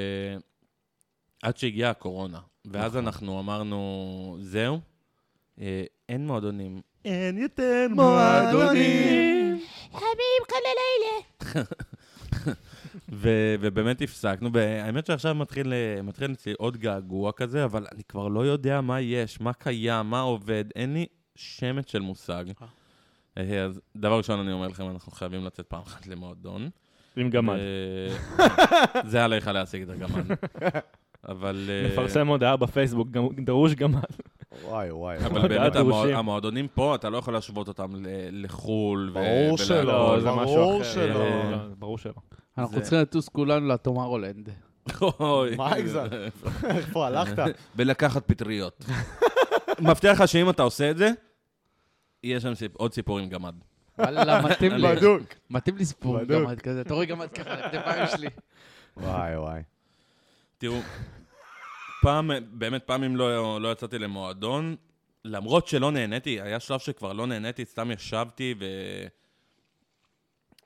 [SPEAKER 1] עד שהגיעה הקורונה. ואז נכון. אנחנו אמרנו, זהו, אין מועדונים. אין יותר מועדונים.
[SPEAKER 5] חביב כל הלילה.
[SPEAKER 1] ו- ובאמת הפסקנו, והאמת שעכשיו מתחיל, מתחיל אצלי עוד געגוע כזה, אבל אני כבר לא יודע מה יש, מה קיים, מה עובד, אין לי שמץ של מושג. אז דבר ראשון אני אומר לכם, אנחנו חייבים לצאת פעם אחת למועדון.
[SPEAKER 2] עם גמד.
[SPEAKER 1] זה עליך להשיג את הגמד. אבל...
[SPEAKER 2] נפרסם הודעה בפייסבוק, דרוש גמד.
[SPEAKER 3] וואי וואי.
[SPEAKER 1] אבל באמת המועדונים פה, אתה לא יכול להשוות אותם לחול.
[SPEAKER 3] ברור שלא,
[SPEAKER 2] זה משהו אחר. ברור שלא.
[SPEAKER 4] אנחנו צריכים לטוס כולנו לתומר הולנד.
[SPEAKER 3] מה הגזת? איפה הלכת?
[SPEAKER 1] ולקחת פטריות. מבטיח לך שאם אתה עושה את זה, יהיה שם עוד סיפור עם גמד.
[SPEAKER 4] וואלה, מתאים לי.
[SPEAKER 3] בדוק.
[SPEAKER 4] מתאים לי סיפור עם גמד כזה. אתה רואה גמד ככה, לכתפיים שלי.
[SPEAKER 3] וואי וואי.
[SPEAKER 1] תראו, פעם, באמת פעמים לא, לא יצאתי למועדון, למרות שלא נהניתי, היה שלב שכבר לא נהניתי, סתם ישבתי ו...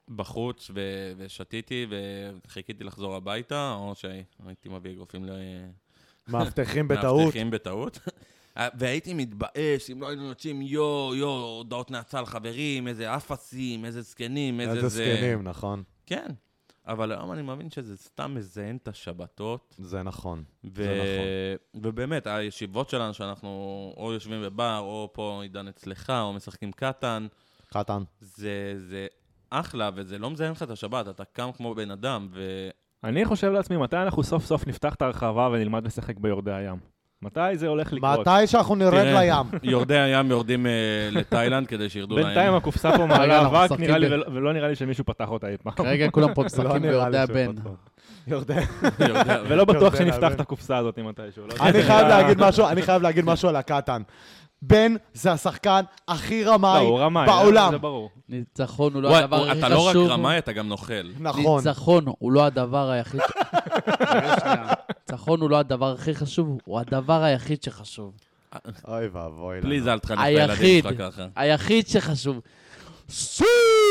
[SPEAKER 1] בחוץ ו- ושתיתי וחיכיתי לחזור הביתה, או שהייתי מביא אגרופים ל...
[SPEAKER 3] מאבטחים בטעות.
[SPEAKER 1] מאבטחים בטעות. והייתי מתבאס, אם לא היינו יוצאים יו, יו, הודעות נאצה על חברים, איזה אפסים, איזה זקנים, איזה...
[SPEAKER 3] איזה זקנים, נכון.
[SPEAKER 1] כן. אבל היום אני מאמין שזה סתם מזיין את השבתות.
[SPEAKER 3] זה נכון.
[SPEAKER 1] ו...
[SPEAKER 3] זה נכון.
[SPEAKER 1] ובאמת, הישיבות שלנו שאנחנו או יושבים בבר, או פה עידן אצלך, או משחקים קטן,
[SPEAKER 3] קטן.
[SPEAKER 1] זה, זה אחלה, וזה לא מזיין לך את השבת, אתה קם כמו בן אדם, ו...
[SPEAKER 2] אני חושב לעצמי, מתי אנחנו סוף סוף נפתח את הרחבה ונלמד לשחק ביורדי הים? מתי זה הולך לקרות?
[SPEAKER 3] מתי שאנחנו נרד
[SPEAKER 1] תראה,
[SPEAKER 3] לים.
[SPEAKER 1] יורדי הים יורדים uh, לתאילנד כדי שירדו להם.
[SPEAKER 2] בינתיים הקופסה פה מעלה
[SPEAKER 4] אנחנו
[SPEAKER 2] אבק,
[SPEAKER 4] משחקים
[SPEAKER 2] נראה לי,
[SPEAKER 4] ב-
[SPEAKER 2] ולא- ולא נראה לי שמישהו פתח אותה אי פעם.
[SPEAKER 4] כרגע כולם פה
[SPEAKER 3] לא
[SPEAKER 4] משחקים
[SPEAKER 3] נראה
[SPEAKER 4] ביורדי
[SPEAKER 3] לי
[SPEAKER 4] הבן.
[SPEAKER 3] שפתחו. יורדי.
[SPEAKER 1] יורדי-
[SPEAKER 2] ולא בטוח
[SPEAKER 3] יורדי
[SPEAKER 2] שנפתח
[SPEAKER 3] הבן.
[SPEAKER 2] את הקופסה הזאת מתישהו. לא יודע.
[SPEAKER 3] אני חייב להגיד משהו, אני חייב להגיד משהו על הקטן. בן זה השחקן הכי רמאי
[SPEAKER 2] לא, הוא רמאי,
[SPEAKER 3] בעולם.
[SPEAKER 2] זה ברור.
[SPEAKER 4] ניצחון הוא לא
[SPEAKER 1] וואי,
[SPEAKER 4] הדבר הכי
[SPEAKER 1] אתה לא רק
[SPEAKER 4] חשוב.
[SPEAKER 1] רמאי, אתה גם נוכל.
[SPEAKER 3] נכון.
[SPEAKER 4] ניצחון הוא לא הדבר היחיד... רגע, שנייה. ניצחון הוא לא הדבר הכי חשוב, הוא הדבר היחיד שחשוב.
[SPEAKER 3] אוי ואבוי.
[SPEAKER 1] פליז,
[SPEAKER 3] לנו.
[SPEAKER 1] אל תחנך את הילדים
[SPEAKER 4] היחיד,
[SPEAKER 1] שלך ככה.
[SPEAKER 4] היחיד שחשוב. סי!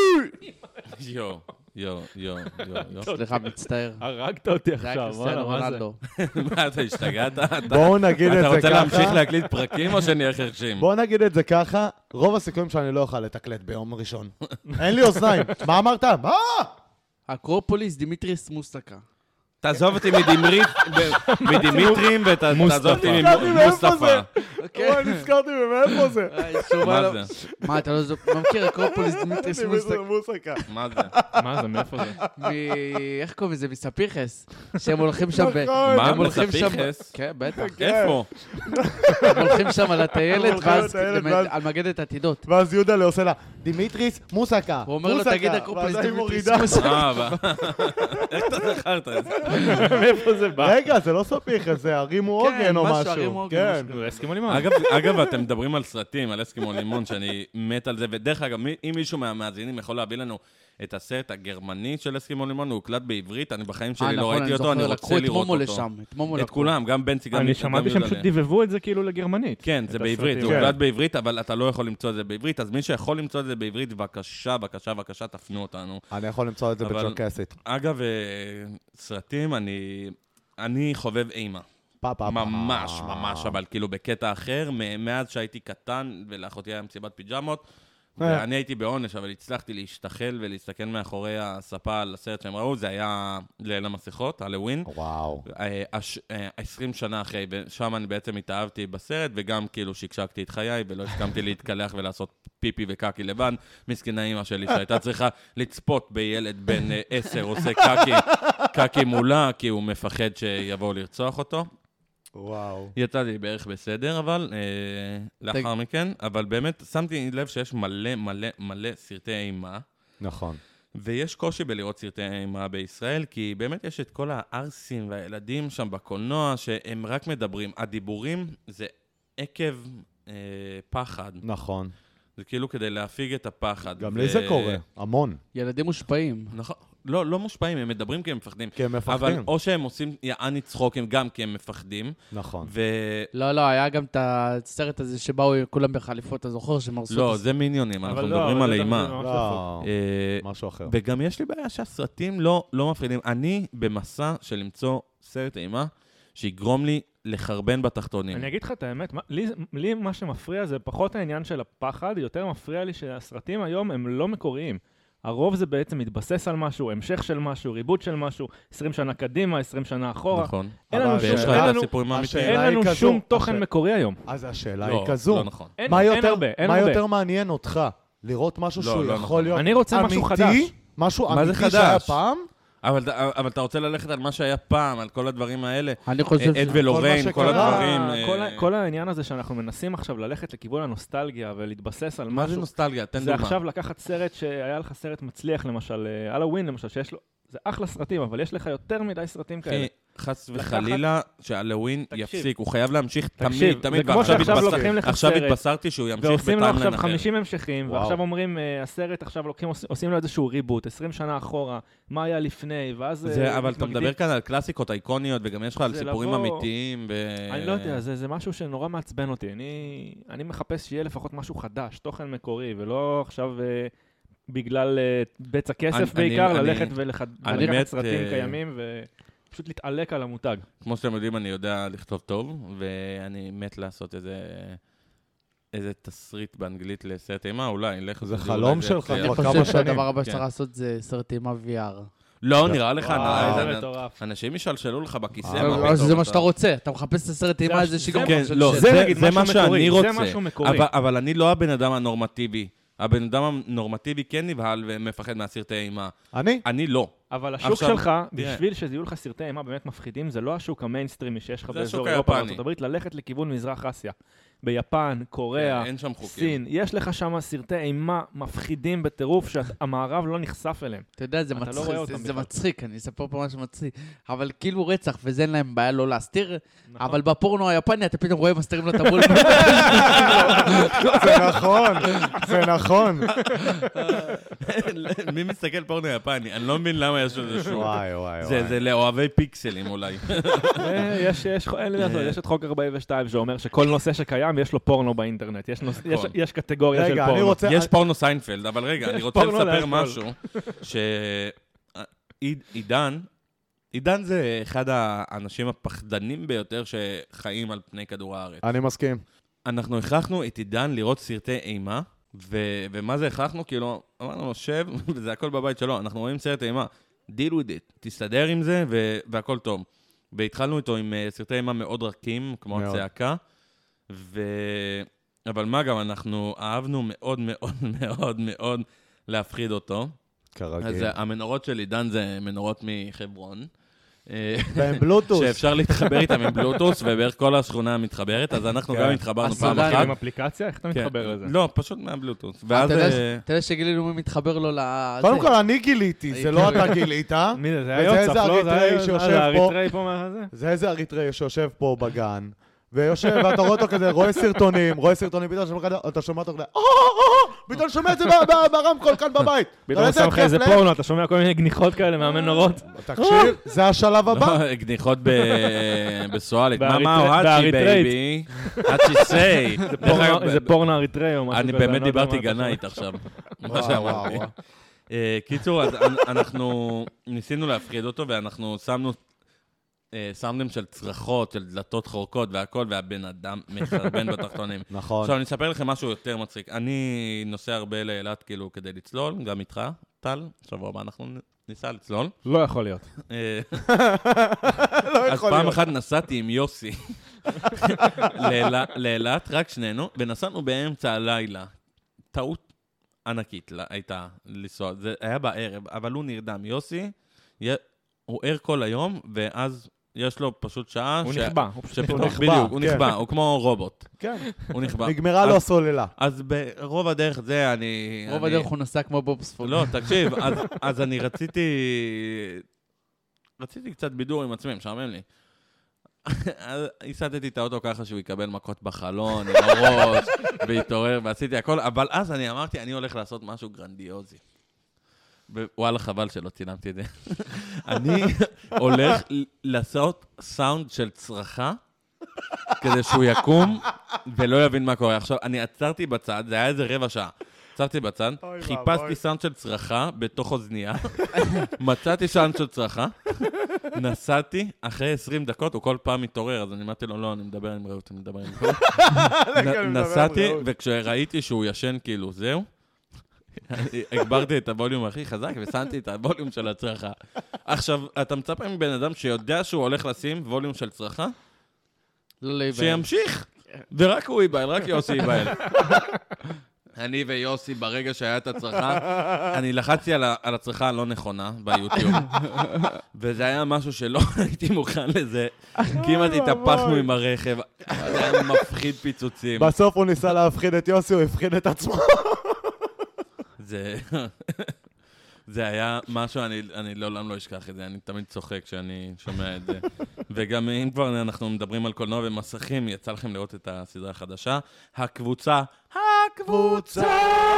[SPEAKER 1] יו, יו, יו, יו, יו.
[SPEAKER 4] סליחה, מצטער.
[SPEAKER 2] הרגת אותי
[SPEAKER 4] זה היה
[SPEAKER 2] עכשיו,
[SPEAKER 4] קריסטיאנו
[SPEAKER 2] וואלה, מה זה?
[SPEAKER 4] רונלדו.
[SPEAKER 1] מה, אתה השתגעת? אתה-
[SPEAKER 3] בואו נגיד את
[SPEAKER 1] אתה
[SPEAKER 3] זה
[SPEAKER 1] רוצה להמשיך
[SPEAKER 3] ככה.
[SPEAKER 1] להקליט פרקים או שנהיה חרשים?
[SPEAKER 3] בואו נגיד את זה ככה, רוב הסיכויים שאני לא אוכל לתקלט ביום ראשון. אין לי אוזניים. מה אמרת? מה?
[SPEAKER 4] אקרופוליס דימיטריס מוסקה.
[SPEAKER 1] תעזוב אותי מדימרית- ב- מדימיטרים ותעזוב אותי
[SPEAKER 3] נזכרתי מאיפה
[SPEAKER 1] ממוסטפה.
[SPEAKER 3] זה. וואי, נזכרתי מאיפה זה.
[SPEAKER 1] מה זה?
[SPEAKER 4] מה, אתה לא זו- לא מכיר? אקרופוליס דימיטריס מוסקה.
[SPEAKER 3] מוסקה.
[SPEAKER 1] מה זה?
[SPEAKER 2] מה זה, מאיפה זה?
[SPEAKER 4] מ... איך קוראים לזה? מספיחס. שהם הולכים שם ב...
[SPEAKER 3] נכון.
[SPEAKER 1] מה?
[SPEAKER 4] הם הולכים שם...
[SPEAKER 1] מספיחס?
[SPEAKER 4] כן, בטח.
[SPEAKER 1] איפה?
[SPEAKER 4] הם הולכים שם על הטיילת,
[SPEAKER 3] הולכים
[SPEAKER 4] ואז
[SPEAKER 3] לטיילת,
[SPEAKER 4] למד-
[SPEAKER 3] ואז-
[SPEAKER 4] על מגדת עתידות.
[SPEAKER 3] ואז יהודה עושה לה, דימיטריס מוסקה.
[SPEAKER 4] הוא אומר לו,
[SPEAKER 3] מוסקה.
[SPEAKER 4] תגיד אקרופוליס
[SPEAKER 3] ואז היא
[SPEAKER 4] דימיטריס
[SPEAKER 3] מורידה.
[SPEAKER 4] מוסקה.
[SPEAKER 1] אה, אבל- איך אתה זכרת את זה?
[SPEAKER 2] מאיפה זה בא?
[SPEAKER 3] רגע, זה לא ספיח, זה הרימו עוגן או
[SPEAKER 4] משהו,
[SPEAKER 3] משהו.
[SPEAKER 4] הרימו עוגן,
[SPEAKER 3] כן.
[SPEAKER 2] זה אסקימו לימון.
[SPEAKER 1] אגב, אגב, אתם מדברים על סרטים, על אסקימו לימון, שאני מת על זה, ודרך אגב, מי- אם מישהו מהמאזינים יכול להביא לנו את הסרט הגרמני של אסקימו לימון, הוא הוקלט בעברית, אני בחיים
[SPEAKER 4] אה,
[SPEAKER 1] שלי לא
[SPEAKER 4] נכון,
[SPEAKER 1] ראיתי אותו, אני
[SPEAKER 4] זוכר,
[SPEAKER 1] רוצה
[SPEAKER 4] לקחו את
[SPEAKER 1] לראות
[SPEAKER 4] מומו
[SPEAKER 1] אותו.
[SPEAKER 4] לשם, את מומו
[SPEAKER 1] את
[SPEAKER 4] לקחו.
[SPEAKER 1] כולם, גם בנצי, גם
[SPEAKER 2] אני
[SPEAKER 1] גם
[SPEAKER 2] שמעתי שהם
[SPEAKER 1] יהודה
[SPEAKER 2] פשוט
[SPEAKER 1] לב.
[SPEAKER 2] דיבבו את זה כאילו לגרמנית.
[SPEAKER 1] כן, זה
[SPEAKER 2] את
[SPEAKER 1] בעברית, זה
[SPEAKER 2] הסרטים.
[SPEAKER 1] הוקלט בעברית, אבל אתה לא יכול למצוא את זה בעברית, אז מי שיכול למצוא את זה בעברית, בבקשה, בבקשה, בבקשה, תפנו אותנו.
[SPEAKER 3] אני יכול למצוא את זה
[SPEAKER 1] אבל-
[SPEAKER 3] בצ'רקסית.
[SPEAKER 1] אגב, אה, סרטים, אני אני חובב אימה.
[SPEAKER 3] פה, פה, פה.
[SPEAKER 1] ממש, ממש, אבל כאילו בקטע אחר, מ- מאז שהייתי קטן, ולאחותי היה מסיבת פיג'מות, ואני הייתי בעונש, אבל הצלחתי להשתחל ולהסתכל מאחורי הספה על הסרט שהם ראו, זה היה ליל המסכות, הלווין.
[SPEAKER 3] וואו.
[SPEAKER 1] עשרים שנה אחרי, ושם אני בעצם התאהבתי בסרט, וגם כאילו שקשקתי את חיי, ולא הסכמתי להתקלח ולעשות פיפי וקקי לבד. מסכנה אמא שלי שהייתה צריכה לצפות בילד בן אה, עשר עושה קקי, קקי מולה, כי הוא מפחד שיבואו לרצוח אותו.
[SPEAKER 3] וואו.
[SPEAKER 1] יצא לי בערך בסדר, אבל אה, לאחר מכן, אבל באמת שמתי לב שיש מלא מלא מלא סרטי אימה,
[SPEAKER 3] נכון.
[SPEAKER 1] ויש קושי בלראות סרטי אימה בישראל, כי באמת יש את כל הארסים והילדים שם בקולנוע, שהם רק מדברים. הדיבורים זה עקב אה, פחד.
[SPEAKER 3] נכון.
[SPEAKER 1] זה כאילו כדי להפיג את הפחד.
[SPEAKER 3] גם
[SPEAKER 1] ו-
[SPEAKER 3] לי זה קורה, המון.
[SPEAKER 4] ילדים מושפעים.
[SPEAKER 1] נכון. לא, לא מושפעים, הם מדברים כי הם מפחדים.
[SPEAKER 3] כי הם
[SPEAKER 1] אבל
[SPEAKER 3] מפחדים.
[SPEAKER 1] או שהם עושים יעני צחוקים גם כי הם מפחדים,
[SPEAKER 3] נכון.
[SPEAKER 1] ו...
[SPEAKER 4] לא, לא, היה גם את הסרט הזה שבאו כולם בחליפות, אתה זוכר שהם הרסו
[SPEAKER 1] לא,
[SPEAKER 4] את
[SPEAKER 1] זה מיניונים, אנחנו
[SPEAKER 2] אבל לא,
[SPEAKER 1] מדברים
[SPEAKER 2] אבל
[SPEAKER 1] על
[SPEAKER 2] זה
[SPEAKER 1] אימה.
[SPEAKER 2] ממש
[SPEAKER 3] לא,
[SPEAKER 1] אה,
[SPEAKER 3] משהו אחר.
[SPEAKER 1] וגם יש לי בעיה שהסרטים לא, לא מפחידים. אני במסע של למצוא סרט אימה שיגרום לי לחרבן בתחתונים.
[SPEAKER 2] אני אגיד לך את האמת, מה- לי, לי מה שמפריע זה פחות העניין של הפחד, יותר מפריע לי שהסרטים היום הם לא מקוריים. הרוב זה בעצם מתבסס על משהו, המשך של משהו, ריבוט של משהו, עשרים שנה קדימה, עשרים שנה אחורה.
[SPEAKER 1] נכון.
[SPEAKER 2] אין
[SPEAKER 3] אבל
[SPEAKER 2] לנו שום-
[SPEAKER 1] ויש לך
[SPEAKER 2] אין
[SPEAKER 1] את
[SPEAKER 2] לנו-
[SPEAKER 1] הסיפורים האמיתיים.
[SPEAKER 2] אין
[SPEAKER 3] השאלה היא
[SPEAKER 2] לנו
[SPEAKER 3] כזו,
[SPEAKER 2] שום תוכן
[SPEAKER 3] השאלה-
[SPEAKER 2] מקורי היום.
[SPEAKER 3] אז השאלה
[SPEAKER 1] לא,
[SPEAKER 3] היא כזו.
[SPEAKER 1] לא נכון.
[SPEAKER 2] אין,
[SPEAKER 3] מה
[SPEAKER 2] אין
[SPEAKER 3] יותר-
[SPEAKER 2] הרבה, אין
[SPEAKER 3] מה
[SPEAKER 2] הרבה.
[SPEAKER 3] יותר מעניין אותך? לראות משהו
[SPEAKER 1] לא,
[SPEAKER 3] שהוא
[SPEAKER 1] לא
[SPEAKER 3] יכול
[SPEAKER 1] נכון.
[SPEAKER 3] להיות
[SPEAKER 2] אני רוצה משהו
[SPEAKER 3] אמיתי?
[SPEAKER 2] חדש.
[SPEAKER 3] משהו
[SPEAKER 1] מה זה
[SPEAKER 3] אמיתי
[SPEAKER 1] חדש?
[SPEAKER 3] שהיה פעם?
[SPEAKER 1] אבל, אבל אתה רוצה ללכת על מה שהיה פעם, על כל הדברים האלה.
[SPEAKER 4] אני חושב
[SPEAKER 1] אד
[SPEAKER 4] ש...
[SPEAKER 1] ולוריין,
[SPEAKER 3] מה
[SPEAKER 1] כל
[SPEAKER 3] שקרה,
[SPEAKER 1] הדברים.
[SPEAKER 2] כל,
[SPEAKER 1] אה,
[SPEAKER 2] ה- כל העניין הזה שאנחנו מנסים עכשיו ללכת לכיוון הנוסטלגיה ולהתבסס על
[SPEAKER 1] מה זה
[SPEAKER 2] משהו,
[SPEAKER 1] נוסטלגיה? תן
[SPEAKER 2] זה
[SPEAKER 1] דוגמה.
[SPEAKER 2] עכשיו לקחת סרט שהיה לך סרט מצליח, למשל, הלווין למשל, שיש לו, זה אחלה סרטים, אבל יש לך יותר מדי סרטים כאלה.
[SPEAKER 1] אחי, חס וחלילה שהלווין
[SPEAKER 2] תקשיב.
[SPEAKER 1] יפסיק, הוא חייב להמשיך תמיד,
[SPEAKER 2] תמיד,
[SPEAKER 1] תמיד.
[SPEAKER 2] זה כמו
[SPEAKER 1] ועכשיו
[SPEAKER 2] שעכשיו
[SPEAKER 1] התבשר-
[SPEAKER 2] לוקחים לך
[SPEAKER 1] עכשיו
[SPEAKER 2] סרט,
[SPEAKER 1] התבשרתי שהוא ימשיך
[SPEAKER 2] ועושים לו עכשיו
[SPEAKER 1] בטיימליין אחר.
[SPEAKER 2] חמישים המשכים,
[SPEAKER 3] וואו.
[SPEAKER 2] ועכשיו אומרים, אה, הסרט עכשיו לוקחים, עושים- עושים לו איזשהו ריבוט, עשרים שנה אחורה, מה היה לפני, ואז...
[SPEAKER 1] זה,
[SPEAKER 2] אה,
[SPEAKER 1] אבל אתה
[SPEAKER 2] מתמקדים-
[SPEAKER 1] מדבר כאן על קלאסיקות אייקוניות, וגם יש לך על
[SPEAKER 2] זה
[SPEAKER 1] סיפורים
[SPEAKER 2] לבוא-
[SPEAKER 1] אמיתיים. ו...
[SPEAKER 2] אני לא יודע, זה, זה משהו שנורא מעצבן אותי. אני, אני מחפש שיהיה לפחות משהו חדש, תוכן מקורי, ולא עכשיו אה, בגלל בצע כסף בעיקר, ללכת ולחדש סרטים קיימים ופשוט להתעלק על המותג.
[SPEAKER 1] כמו שאתם יודעים, אני יודע לכתוב טוב, ואני מת לעשות איזה... איזה תסריט באנגלית לסרט אימה, אולי,
[SPEAKER 3] זה חלום שלך כבר כמה שנים.
[SPEAKER 4] אני חושב שהדבר הבא שצריך לעשות זה סרט אימה וי אר.
[SPEAKER 1] לא, נראה לך, אנשים ישלשלו לך בכיסא.
[SPEAKER 4] זה מה שאתה רוצה, אתה מחפש את הסרט אימה הזה שגם...
[SPEAKER 1] זה מה שאני רוצה, אבל אני לא הבן אדם הנורמטיבי. הבן אדם הנורמטיבי כן נבהל ומפחד מהסרטי אימה.
[SPEAKER 3] אני?
[SPEAKER 1] אני לא.
[SPEAKER 2] אבל השוק שלך, בשביל שזה יהיו לך סרטי אימה באמת מפחידים, זה לא השוק המיינסטרימי שיש לך באזור אירופה, ארצות הברית, ללכת לכיוון מזרח אסיה. ביפן, קוריאה, סין, יש לך שם סרטי אימה מפחידים בטירוף שהמערב לא נחשף אליהם.
[SPEAKER 4] אתה יודע, זה מצחיק, אני אספר פה משהו מצחיק, אבל כאילו רצח, וזה אין להם בעיה לא להסתיר, אבל בפורנו היפני אתה פתאום רואה מסתירים לו את הבול.
[SPEAKER 3] זה נכון, זה נכון.
[SPEAKER 1] מי מסתכל פורנו יפני? אני לא מבין למה יש לזה שוב.
[SPEAKER 3] וואי, וואי, וואי.
[SPEAKER 1] זה לאוהבי פיקסלים אולי.
[SPEAKER 2] יש את חוק ארבעים ושתיים שאומר שכל נושא שקיים יש לו פורנו באינטרנט, יש קטגוריה של פורנו.
[SPEAKER 1] יש פורנו סיינפלד, אבל רגע, אני רוצה לספר משהו, שעידן, עידן זה אחד האנשים הפחדנים ביותר שחיים על פני כדור הארץ.
[SPEAKER 3] אני מסכים.
[SPEAKER 1] אנחנו הכרחנו את עידן לראות סרטי אימה, ומה זה הכרחנו? כאילו, אמרנו לו, שב, וזה הכל בבית שלו, אנחנו רואים סרט אימה, deal with it, תסתדר עם זה, והכל טוב. והתחלנו איתו עם סרטי אימה מאוד רכים, כמו הצעקה, ו... אבל מה גם, אנחנו אהבנו מאוד מאוד מאוד מאוד להפחיד אותו.
[SPEAKER 3] כרגיל.
[SPEAKER 1] אז המנורות של עידן זה מנורות מחברון.
[SPEAKER 3] והם בלוטוס.
[SPEAKER 1] שאפשר להתחבר איתם עם בלוטוס, ובערך כל השכונה מתחברת, אז אנחנו גם התחברנו פעם אחת.
[SPEAKER 2] עם אפליקציה? איך אתה מתחבר לזה?
[SPEAKER 1] לא, פשוט מהבלוטוס.
[SPEAKER 4] אתה יודע שגילינו מי מתחבר לו לזה.
[SPEAKER 3] קודם כל, אני גיליתי, זה לא אתה גילית.
[SPEAKER 2] מי זה? זה היוצף, לא? זה האריתראי פה מה זה?
[SPEAKER 3] זה איזה אריתראי שיושב פה בגן. ויושב, ואתה רואה אותו כזה, רואה סרטונים, רואה סרטונים, פתאום אתה שומע אותו כזה, פתאום שומע את זה ברמקול כאן בבית.
[SPEAKER 2] פתאום שם לך איזה פורנו, אתה שומע כל מיני גניחות כאלה מהמנורות.
[SPEAKER 3] תקשיב, זה השלב הבא.
[SPEAKER 1] גניחות בסואלית. מה אוהצ'י בייבי? אוהצ'י סי.
[SPEAKER 2] זה פורנו אריתראי או משהו כזה.
[SPEAKER 1] אני באמת דיברתי גנאית עכשיו. מה שאמרתי. קיצור, אז אנחנו ניסינו להפחיד אותו, ואנחנו שמנו סאונדים של צרחות, של דלתות חורקות והכל, והבן אדם מחרבן בתחתונים.
[SPEAKER 3] נכון.
[SPEAKER 1] עכשיו, אני אספר לכם משהו יותר מצחיק. אני נוסע הרבה לאילת, כאילו, כדי לצלול, גם איתך, טל. שבוע הבא אנחנו ניסע לצלול.
[SPEAKER 2] לא יכול להיות.
[SPEAKER 1] אז פעם אחת נסעתי עם יוסי לאילת, רק שנינו, ונסענו באמצע הלילה. טעות ענקית הייתה לנסוע. זה היה בערב, אבל הוא נרדם. יוסי, הוא ער כל היום, ואז יש לו פשוט שעה...
[SPEAKER 2] הוא נכבה.
[SPEAKER 1] הוא נכבה, הוא נכבה, הוא כמו רובוט.
[SPEAKER 3] כן.
[SPEAKER 1] הוא נכבה.
[SPEAKER 3] נגמרה לו הסוללה.
[SPEAKER 1] אז ברוב הדרך זה אני...
[SPEAKER 4] רוב הדרך הוא נסע כמו בובספורד.
[SPEAKER 1] לא, תקשיב, אז אני רציתי... רציתי קצת בידור עם עצמי, משעמם לי. אז הסעתי את האוטו ככה שהוא יקבל מכות בחלון, עם הראש, והתעורר, ועשיתי הכל, אבל אז אני אמרתי, אני הולך לעשות משהו גרנדיוזי. וואלה, חבל שלא צילמתי את זה. אני הולך לעשות סאונד של צרחה, כדי שהוא יקום ולא יבין מה קורה. עכשיו, אני עצרתי בצד, זה היה איזה רבע שעה. עצרתי בצד, חיפשתי סאונד של צרחה בתוך אוזנייה, מצאתי סאונד של צרחה, נסעתי, אחרי עשרים דקות, הוא כל פעם מתעורר, אז אני אמרתי לו, לא, אני מדבר עם רעות, אני מדבר עם רעות. נסעתי, וכשראיתי שהוא ישן כאילו, זהו, הגברתי את הווליום הכי חזק, ושמתי את הווליום של הצרחה. עכשיו, אתה מצפה מבן אדם שיודע שהוא הולך לשים ווליום של צרחה? שימשיך, ורק הוא ייבהל, רק יוסי ייבהל. אני ויוסי, ברגע שהיה את הצרחה, אני לחצתי על, על הצרחה הלא נכונה ביוטיוב, וזה היה משהו שלא הייתי מוכן לזה, כמעט התהפכנו עם הרכב, זה היה מפחיד פיצוצים.
[SPEAKER 3] בסוף הוא ניסה להפחיד את יוסי, הוא הפחיד את עצמו.
[SPEAKER 1] זה... זה היה משהו, אני, אני לעולם לא אשכח את זה, אני תמיד צוחק כשאני שומע את זה. וגם אם כבר אנחנו מדברים על קולנוע ומסכים, יצא לכם לראות את הסדרה החדשה, הקבוצה, הקבוצה!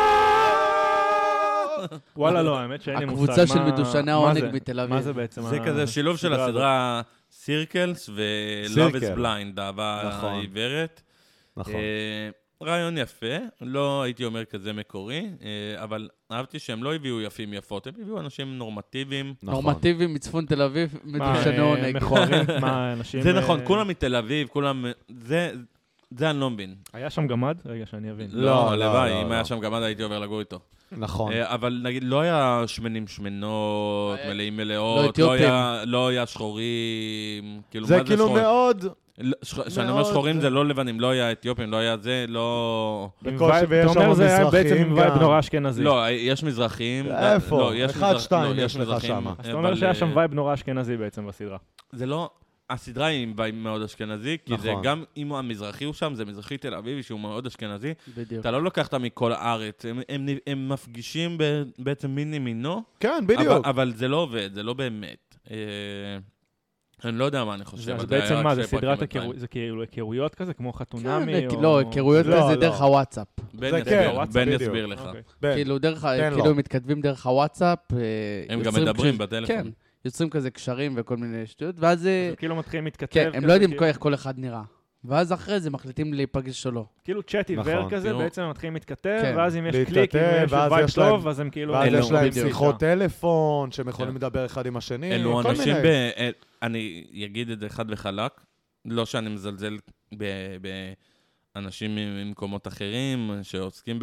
[SPEAKER 2] וואלה לא, האמת שאין לי מושג.
[SPEAKER 4] הקבוצה של מדושני העונג בתל אביב.
[SPEAKER 2] מה זה בעצם?
[SPEAKER 1] זה כזה שילוב של הסדרה סירקלס ו-Love is Blind, אהבה העיוורת.
[SPEAKER 3] נכון.
[SPEAKER 1] רעיון יפה, לא הייתי אומר כזה מקורי, אבל אהבתי שהם לא הביאו יפים יפות, הם הביאו אנשים נורמטיביים.
[SPEAKER 4] נורמטיביים מצפון תל אביב, מדושני עונג.
[SPEAKER 2] מכוערים, מה, אנשים...
[SPEAKER 1] זה נכון, כולם מתל אביב, כולם... זה אני לא מבין.
[SPEAKER 2] היה שם גמד? רגע, שאני אבין.
[SPEAKER 1] לא, הלוואי, אם היה שם גמד הייתי עובר לגור איתו.
[SPEAKER 3] נכון.
[SPEAKER 1] אבל נגיד, לא היה שמנים שמנות, מלאים מלאות, לא היה שחורים, כאילו,
[SPEAKER 3] זה כאילו מאוד...
[SPEAKER 1] כשאני אומר שחורים זה לא לבנים, לא היה אתיופים, לא היה זה, לא...
[SPEAKER 3] בקושי ויש שם
[SPEAKER 2] זה היה בעצם עם
[SPEAKER 3] מזרחים
[SPEAKER 2] וייב
[SPEAKER 3] גם.
[SPEAKER 2] נורא אשכנזי.
[SPEAKER 1] לא, יש מזרחים.
[SPEAKER 3] איפה? אחד, שתיים יש לך שם.
[SPEAKER 2] אז אתה אומר שהיה שם וייב נורא אשכנזי בעצם בסדרה.
[SPEAKER 1] זה לא... הסדרה היא עם וייב מאוד אשכנזי, כי זה גם אם המזרחי הוא שם, זה מזרחי תל אביבי שהוא מאוד אשכנזי. אתה לא לוקח אותם מכל הארץ, הם מפגישים בעצם מיני מינו.
[SPEAKER 3] כן, בדיוק.
[SPEAKER 1] אבל זה לא עובד, זה לא באמת. אני לא יודע מה אני חושב.
[SPEAKER 2] אז בעצם מה, זה סדרת היכרויות, זה כאילו היכרויות כזה, כמו חתונמי או...
[SPEAKER 4] לא, היכרויות כזה דרך הוואטסאפ.
[SPEAKER 1] בן יסביר לך.
[SPEAKER 4] כאילו הם מתכתבים דרך הוואטסאפ.
[SPEAKER 1] הם גם מדברים בטלפון.
[SPEAKER 4] כן, יוצרים כזה קשרים וכל מיני שטויות, ואז...
[SPEAKER 2] זה כאילו מתחילים להתכתב.
[SPEAKER 4] כן, הם לא יודעים איך כל אחד נראה. ואז אחרי זה מחליטים להיפגש או לא.
[SPEAKER 2] כאילו צ'אט עיוור כזה, בעצם הם מתחילים להתכתב, ואז אם יש קליק, אם יש וייב טוב, אז הם כאילו...
[SPEAKER 3] ואז יש להם שיחות טלפון, שהם יכולים לדבר אחד עם השני,
[SPEAKER 1] אלו אנשים ב... אני אגיד את זה חד וחלק, לא שאני מזלזל באנשים ממקומות אחרים, שעוסקים ב...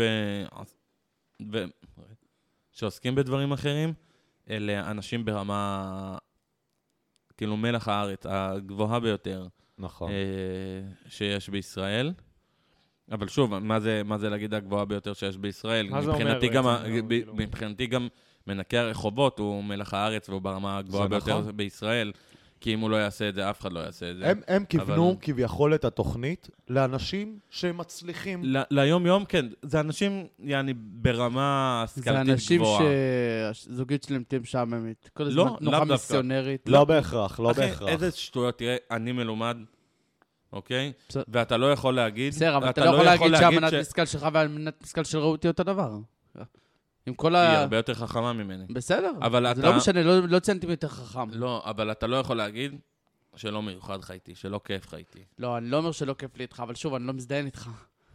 [SPEAKER 1] שעוסקים בדברים אחרים, אלה אנשים ברמה, כאילו מלח הארץ, הגבוהה ביותר.
[SPEAKER 3] נכון.
[SPEAKER 1] שיש בישראל. אבל שוב, מה זה, מה זה להגיד הגבוהה ביותר שיש בישראל?
[SPEAKER 2] מה זה אומר?
[SPEAKER 1] מבחינתי גם מנקי הרחובות הוא מלח הארץ והוא ברמה הגבוהה ביותר בישראל. כי אם הוא לא יעשה את זה, אף אחד לא יעשה את זה.
[SPEAKER 3] הם, הם כיוונו כביכול את התוכנית לאנשים שמצליחים.
[SPEAKER 1] ליום יום, כן. זה אנשים, יעני, ברמה השכלתית גבוהה.
[SPEAKER 4] זה אנשים שהזוגיות שלהם תהיה משעממת. כל הזמן נוחה מיסיונרית.
[SPEAKER 3] לא בהכרח, לא בהכרח.
[SPEAKER 1] אחי, איזה שטויות, תראה, אני מלומד, אוקיי? ואתה לא יכול להגיד...
[SPEAKER 4] בסדר, אבל אתה לא יכול להגיד שהמנת משכל שלך והמנת משכל של רעות היא אותו דבר. עם כל ה...
[SPEAKER 1] היא הרבה יותר חכמה ממני.
[SPEAKER 4] בסדר,
[SPEAKER 1] אבל
[SPEAKER 4] זה
[SPEAKER 1] אתה...
[SPEAKER 4] לא משנה, לא, לא צנטימטר חכם.
[SPEAKER 1] לא, אבל אתה לא יכול להגיד שלא מיוחד חייתי, שלא כיף חייתי.
[SPEAKER 4] לא, אני לא אומר שלא כיף לי איתך, אבל שוב, אני לא מזדיין איתך.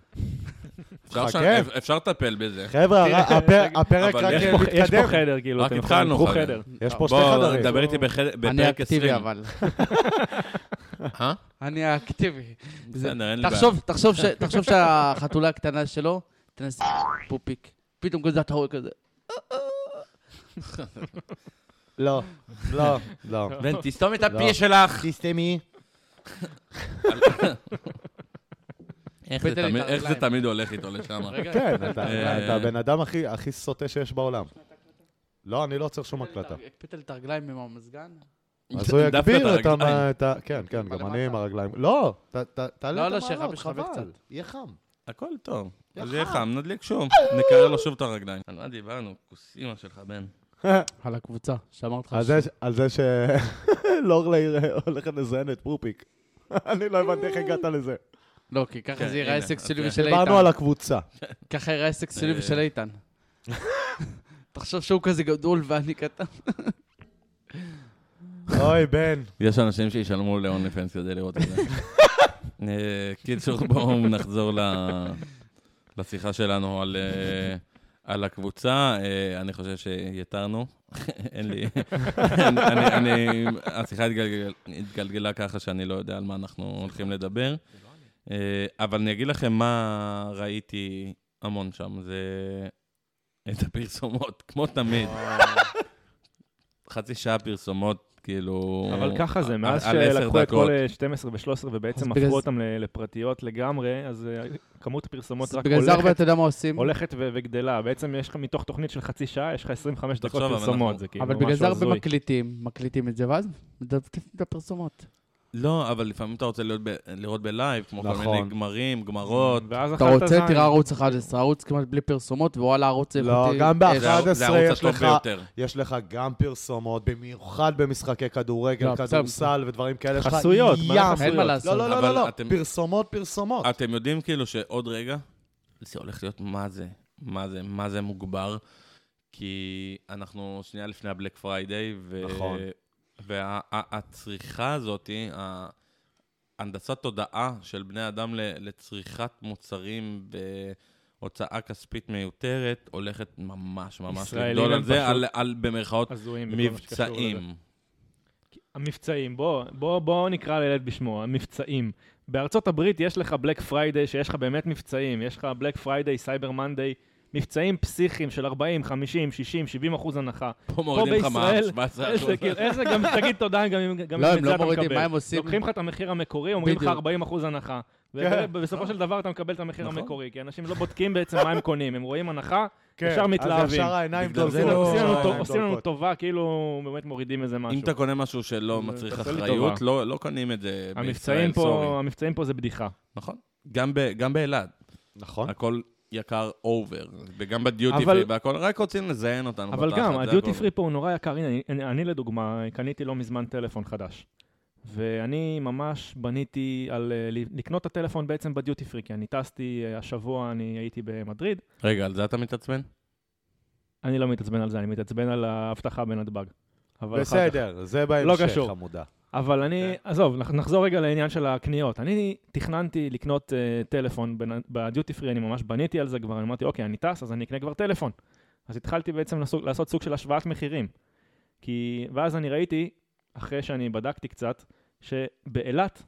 [SPEAKER 1] אפשר לטפל בזה.
[SPEAKER 3] חבר'ה, הפרק רק מתקדם.
[SPEAKER 2] יש פה חדר, כאילו,
[SPEAKER 1] רק התחלנו
[SPEAKER 2] חדר.
[SPEAKER 3] יש פה שתי חדרים.
[SPEAKER 1] בוא, דבר איתי בפרק עשרים.
[SPEAKER 4] אני אקטיבי, אבל.
[SPEAKER 1] אה?
[SPEAKER 4] אני אקטיבי.
[SPEAKER 1] בסדר, אין לי בעיה.
[SPEAKER 4] תחשוב שהחתולה הקטנה שלו, תנסי פופיק. פתאום כזה אתה רואה כזה.
[SPEAKER 3] לא, לא, לא.
[SPEAKER 1] בן, תסתום את הפי שלך.
[SPEAKER 3] תסתמי.
[SPEAKER 1] איך זה תמיד הולך איתו לשם?
[SPEAKER 3] כן, אתה הבן אדם הכי סוטה שיש בעולם. לא, אני לא צריך שום הקלטה.
[SPEAKER 4] הקפאת לי את הרגליים עם המזגן?
[SPEAKER 3] אז הוא יגביר את ה... כן, כן, גם אני עם הרגליים. לא, תעלה את המעלות, חבל. יהיה חם.
[SPEAKER 1] הכל טוב. אז יהיה חם, נדליק שוב. נקרר לו שוב את הרגליים. על מה דיברנו? כוסימה שלך, בן.
[SPEAKER 4] על הקבוצה, שאמרת לך.
[SPEAKER 3] על זה שלורלי הולכת לזיין את פופיק. אני לא הבנתי איך הגעת לזה.
[SPEAKER 4] לא, כי ככה זה יראה סקס שלי ושל איתן.
[SPEAKER 3] דיברנו על הקבוצה.
[SPEAKER 4] ככה יראה סקס שלי ושל איתן. תחשוב שהוא כזה גדול ואני קטן.
[SPEAKER 3] אוי, בן.
[SPEAKER 1] יש אנשים שישלמו לאונלי פנס כדי לראות את זה. קיצור, בואו נחזור לשיחה שלנו על הקבוצה. אני חושב שיתרנו. אין לי... השיחה התגלגלה ככה שאני לא יודע על מה אנחנו הולכים לדבר. אבל אני אגיד לכם מה ראיתי המון שם. זה את הפרסומות, כמו תמיד. חצי שעה פרסומות. כאילו...
[SPEAKER 2] אבל ככה זה, מאז שלקחו את כל שתים עשרה ו-שלוש עשרה ובעצם הפכו אותם לפרטיות לגמרי, אז כמות הפרסומות רק הולכת וגדלה. בעצם יש לך מתוך תוכנית של חצי שעה, יש לך עשרים וחמש דקות פרסומות.
[SPEAKER 4] אבל בגלל זה הרבה מקליטים, מקליטים את זה, ואז מדווחים את הפרסומות.
[SPEAKER 1] לא, אבל לפעמים אתה רוצה לראות בלייב, כמו כל מיני גמרים, גמרות.
[SPEAKER 4] אתה רוצה, תראה ערוץ אחד עשרה, ערוץ כמעט בלי פרסומות, ווואלה ערוץ איכותי.
[SPEAKER 3] לא, גם ב-אחת עשרה יש לך גם פרסומות, במיוחד במשחקי כדורגל, כדורסל ודברים כאלה.
[SPEAKER 2] חסויות, מה
[SPEAKER 4] אין מה לעשות.
[SPEAKER 3] לא, לא, לא, לא, פרסומות, פרסומות.
[SPEAKER 1] אתם יודעים כאילו שעוד רגע, זה הולך להיות מה זה, מה זה, מה זה מוגבר, כי אנחנו שנייה לפני הבלק פריידיי,
[SPEAKER 3] נכון.
[SPEAKER 1] והצריכה הזאת, הנדסת תודעה של בני אדם לצריכת מוצרים בהוצאה כספית מיותרת, הולכת ממש ממש לגדול על זה, על, על במרכאות מבצעים.
[SPEAKER 2] המבצעים, בוא, בוא, בוא נקרא לילד בשמו, המבצעים. בארצות הברית יש לך בלק פריידיי, שיש לך באמת מבצעים, יש לך בלק פריידיי, סייבר מנדיי, מבצעים פסיכיים של ארבעים, חמישים, שישים, שבעים אחוז הנחה.
[SPEAKER 1] פה מורידים לך מה, שבע עשרה אחוז.
[SPEAKER 2] איזה, גם תגיד תודה, גם אם
[SPEAKER 4] לא, הם לא מורידים, מה הם עושים?
[SPEAKER 2] לוקחים לך את המחיר המקורי, אומרים לך ארבעים אחוז הנחה. ובסופו של דבר אתה מקבל את המחיר המקורי, כי אנשים לא בודקים בעצם מה הם קונים, הם רואים הנחה, ישר מתלהבים.
[SPEAKER 3] אז ישר העיניים דולקות.
[SPEAKER 2] עושים לנו טובה, כאילו באמת מורידים איזה משהו.
[SPEAKER 1] אם אתה קונה משהו שלא מצריך אחריות, לא קונים את זה
[SPEAKER 2] בישראל, סורי. המבצעים פה זה בדיחה.
[SPEAKER 1] נכון. גם באלעד.
[SPEAKER 3] נכון.
[SPEAKER 1] הכל יקר אובר, וגם בדיוטי פרי, והכל רק רוצים לזיין אותנו.
[SPEAKER 2] אבל גם, הדיוטי פרי פה הוא נורא יקר. הנה, אני לדוגמה, קניתי לא מזמן טלפון חדש. ואני ממש בניתי על לקנות את הטלפון בעצם בדיוטי פרי, כי אני טסתי, השבוע אני הייתי במדריד.
[SPEAKER 1] רגע, על זה אתה מתעצבן?
[SPEAKER 2] אני לא מתעצבן על זה, אני מתעצבן על ההבטחה בנתב"ג.
[SPEAKER 3] בסדר, זה בהמשך, חמודה.
[SPEAKER 2] אבל אני, עזוב, נחזור רגע לעניין של הקניות. אני תכננתי לקנות טלפון בדיוטי פרי, אני ממש בניתי על זה כבר, אני אמרתי, אוקיי, אני טס, אז אני אקנה כבר טלפון. אז התחלתי בעצם לעשות סוג של השוואת מחירים. כי, ואז אני ראיתי, אחרי שאני בדקתי קצת, שבאילת,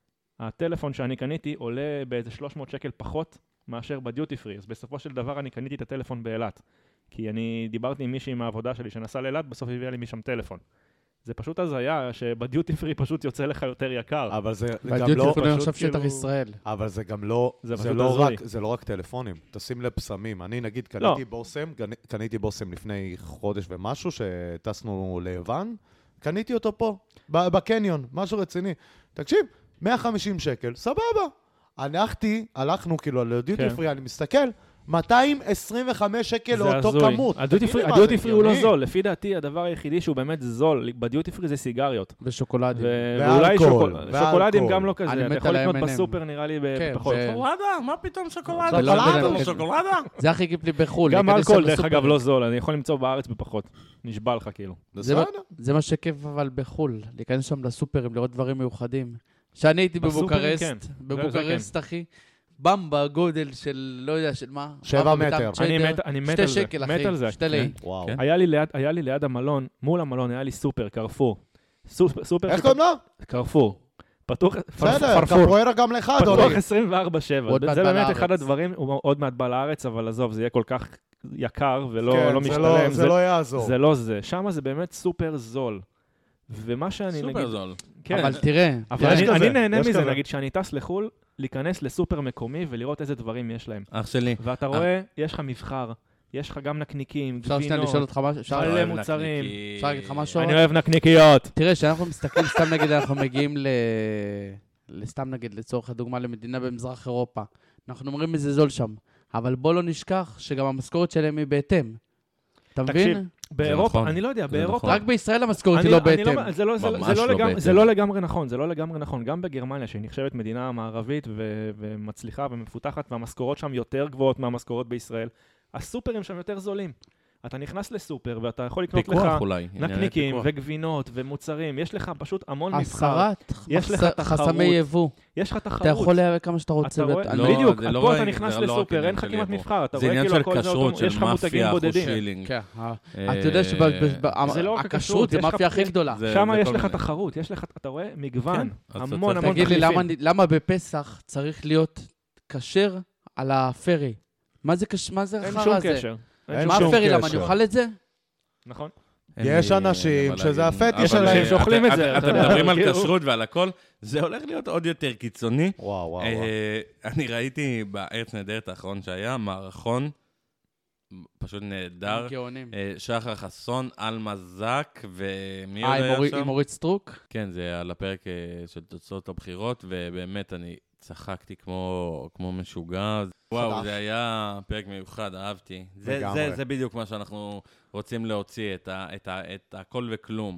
[SPEAKER 2] הטלפון שאני קניתי עולה באיזה שלוש מאות שקל פחות מאשר בדיוטי פרי. אז בסופו של דבר אני קניתי את הטלפון באילת. כי אני דיברתי עם מישהי מהעבודה שלי שנסע לאילת, בסוף הביאה לי משם טלפון. זה פשוט הזיה שבדיוטי פרי פשוט יוצא לך יותר יקר.
[SPEAKER 3] אבל זה גם לא
[SPEAKER 4] פשוט עכשיו שטח ישראל.
[SPEAKER 3] אבל זה גם לא, זה לא רק, זה לא רק טלפונים. תשים לב פסמים. אני נגיד קניתי בוסם, קניתי בוסם לפני חודש ומשהו שטסנו ליוון, קניתי אותו פה, בקניון, משהו רציני. תקשיב, מאה וחמישים שקל, סבבה. הלכתי, הלכנו כאילו על דיוטי פרי, אני מסתכל, מאתיים עשרים וחמש שקל לאותו כמות.
[SPEAKER 2] הדיוטי פרי הוא לא זול. לפי דעתי, הדבר היחידי שהוא באמת זול, בדיוטי פרי זה סיגריות.
[SPEAKER 4] ושוקולדים.
[SPEAKER 2] ואלכוהול. שוקולדים גם לא כזה. אתה יכול לקנות בסופר נראה לי בפחות.
[SPEAKER 1] שוקולדה? מה פתאום שוקולדה? שוקולדה?
[SPEAKER 4] זה הכי כיף לי בחול.
[SPEAKER 2] גם אלכוהול, דרך אגב, לא זול. אני יכול למצוא בארץ בפחות. נשבע לך כאילו.
[SPEAKER 4] זה מה שכיף אבל בחול. להיכנס שם לסופרים, לראות דברים מיוחדים. שאני הייתי בבוקרסט, בבוקרסט אחי. במבה, גודל של, לא יודע, של מה?
[SPEAKER 3] שבע מטר.
[SPEAKER 2] אני מת על זה, מת על זה.
[SPEAKER 4] שתלי.
[SPEAKER 2] היה לי ליד המלון, מול המלון, היה לי סופר, קרפור.
[SPEAKER 3] איך קוראים לו?
[SPEAKER 2] קרפור. פתוח,
[SPEAKER 3] בסדר, קפוארה גם לך, אדוני.
[SPEAKER 2] פתוח עשרים וארבע שבע. זה באמת אחד הדברים, הוא עוד מעט בא לארץ, אבל עזוב, זה יהיה כל כך יקר ולא משתלם.
[SPEAKER 3] זה לא יעזור.
[SPEAKER 2] זה לא זה. שם זה באמת סופר זול. ומה שאני נגיד...
[SPEAKER 1] סופר זול.
[SPEAKER 4] אבל תראה.
[SPEAKER 2] אבל אני נהנה מזה, נגיד, שאני טס לחול, להיכנס לסופר מקומי ולראות איזה דברים יש להם.
[SPEAKER 1] אח שלי.
[SPEAKER 2] ואתה רואה, יש לך מבחר, יש לך גם נקניקים,
[SPEAKER 4] גבינות. אפשר לשאול אותך משהו?
[SPEAKER 2] מלא מוצרים.
[SPEAKER 4] אפשר להגיד לך משהו?
[SPEAKER 2] אני אוהב נקניקיות.
[SPEAKER 4] תראה, שאנחנו מסתכלים, סתם נגיד, אנחנו מגיעים ל... לסתם נגיד, לצורך הדוגמה, למדינה במזרח אירופה. אנחנו אומרים איזה זול שם. אבל בוא לא נשכח שגם המשכורת שלהם היא בהתאם. אתה מבין?
[SPEAKER 2] באירופה, אני לא יודע, באירופה...
[SPEAKER 4] רק בישראל המשכורת היא לא בהתאם.
[SPEAKER 2] זה לא לגמרי נכון, זה לא לגמרי נכון. גם בגרמניה, שהיא נחשבת מדינה מערבית ומצליחה ומפותחת, והמשכורות שם יותר גבוהות מהמשכורות בישראל, הסופרים שם יותר זולים. אתה נכנס לסופר ואתה יכול לקנות לך נקניקים וגבינות ומוצרים, יש לך פשוט המון מבחר. יש לך תחרות.
[SPEAKER 4] חסמי יבוא.
[SPEAKER 2] יש לך תחרות.
[SPEAKER 4] אתה יכול להביא כמה שאתה רוצה.
[SPEAKER 2] בדיוק, פה אתה נכנס לסופר, אין לך כמעט מבחר.
[SPEAKER 1] זה עניין של כשרות, של מאפיה, חושילינג.
[SPEAKER 4] אתה יודע שהכשרות זה מאפיה הכי גדולה.
[SPEAKER 2] שם יש לך תחרות, אתה רואה מגוון, המון המון
[SPEAKER 4] תחליפים. תגיד לי, למה בפסח צריך להיות כשר על הפרי? מה זה החרא הזה?
[SPEAKER 2] קשר.
[SPEAKER 4] מה הפרי? למה אני אוכל את זה?
[SPEAKER 2] נכון.
[SPEAKER 3] יש אנשים שזה הפטיש
[SPEAKER 2] שלהם. יש אנשים שאוכלים את זה.
[SPEAKER 1] אתם מדברים על כשרות ועל הכל, זה הולך להיות עוד יותר קיצוני.
[SPEAKER 3] וואו, וואו.
[SPEAKER 1] אני ראיתי בארץ נהדרת האחרון שהיה, מערכון, פשוט נהדר. שחר חסון, אלמה זק, ומי עוד היה שם?
[SPEAKER 4] עם אורית סטרוק?
[SPEAKER 1] כן, זה על הפרק של תוצאות הבחירות, ובאמת אני צחקתי כמו משוגע. וואו, זה היה פרק מיוחד, אהבתי. זה בדיוק מה שאנחנו רוצים להוציא, את הכל וכלום.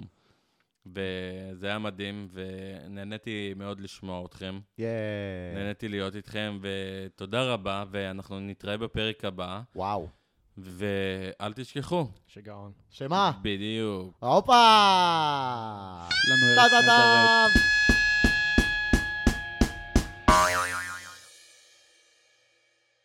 [SPEAKER 1] וזה היה מדהים, ונהניתי מאוד לשמוע אתכם. נהניתי להיות איתכם, ותודה רבה, ואנחנו נתראה בפרק הבא.
[SPEAKER 3] וואו.
[SPEAKER 1] ואל תשכחו.
[SPEAKER 2] שגאון.
[SPEAKER 3] שמה?
[SPEAKER 1] בדיוק.
[SPEAKER 3] הופה!
[SPEAKER 4] לנו ארץ נהדרת.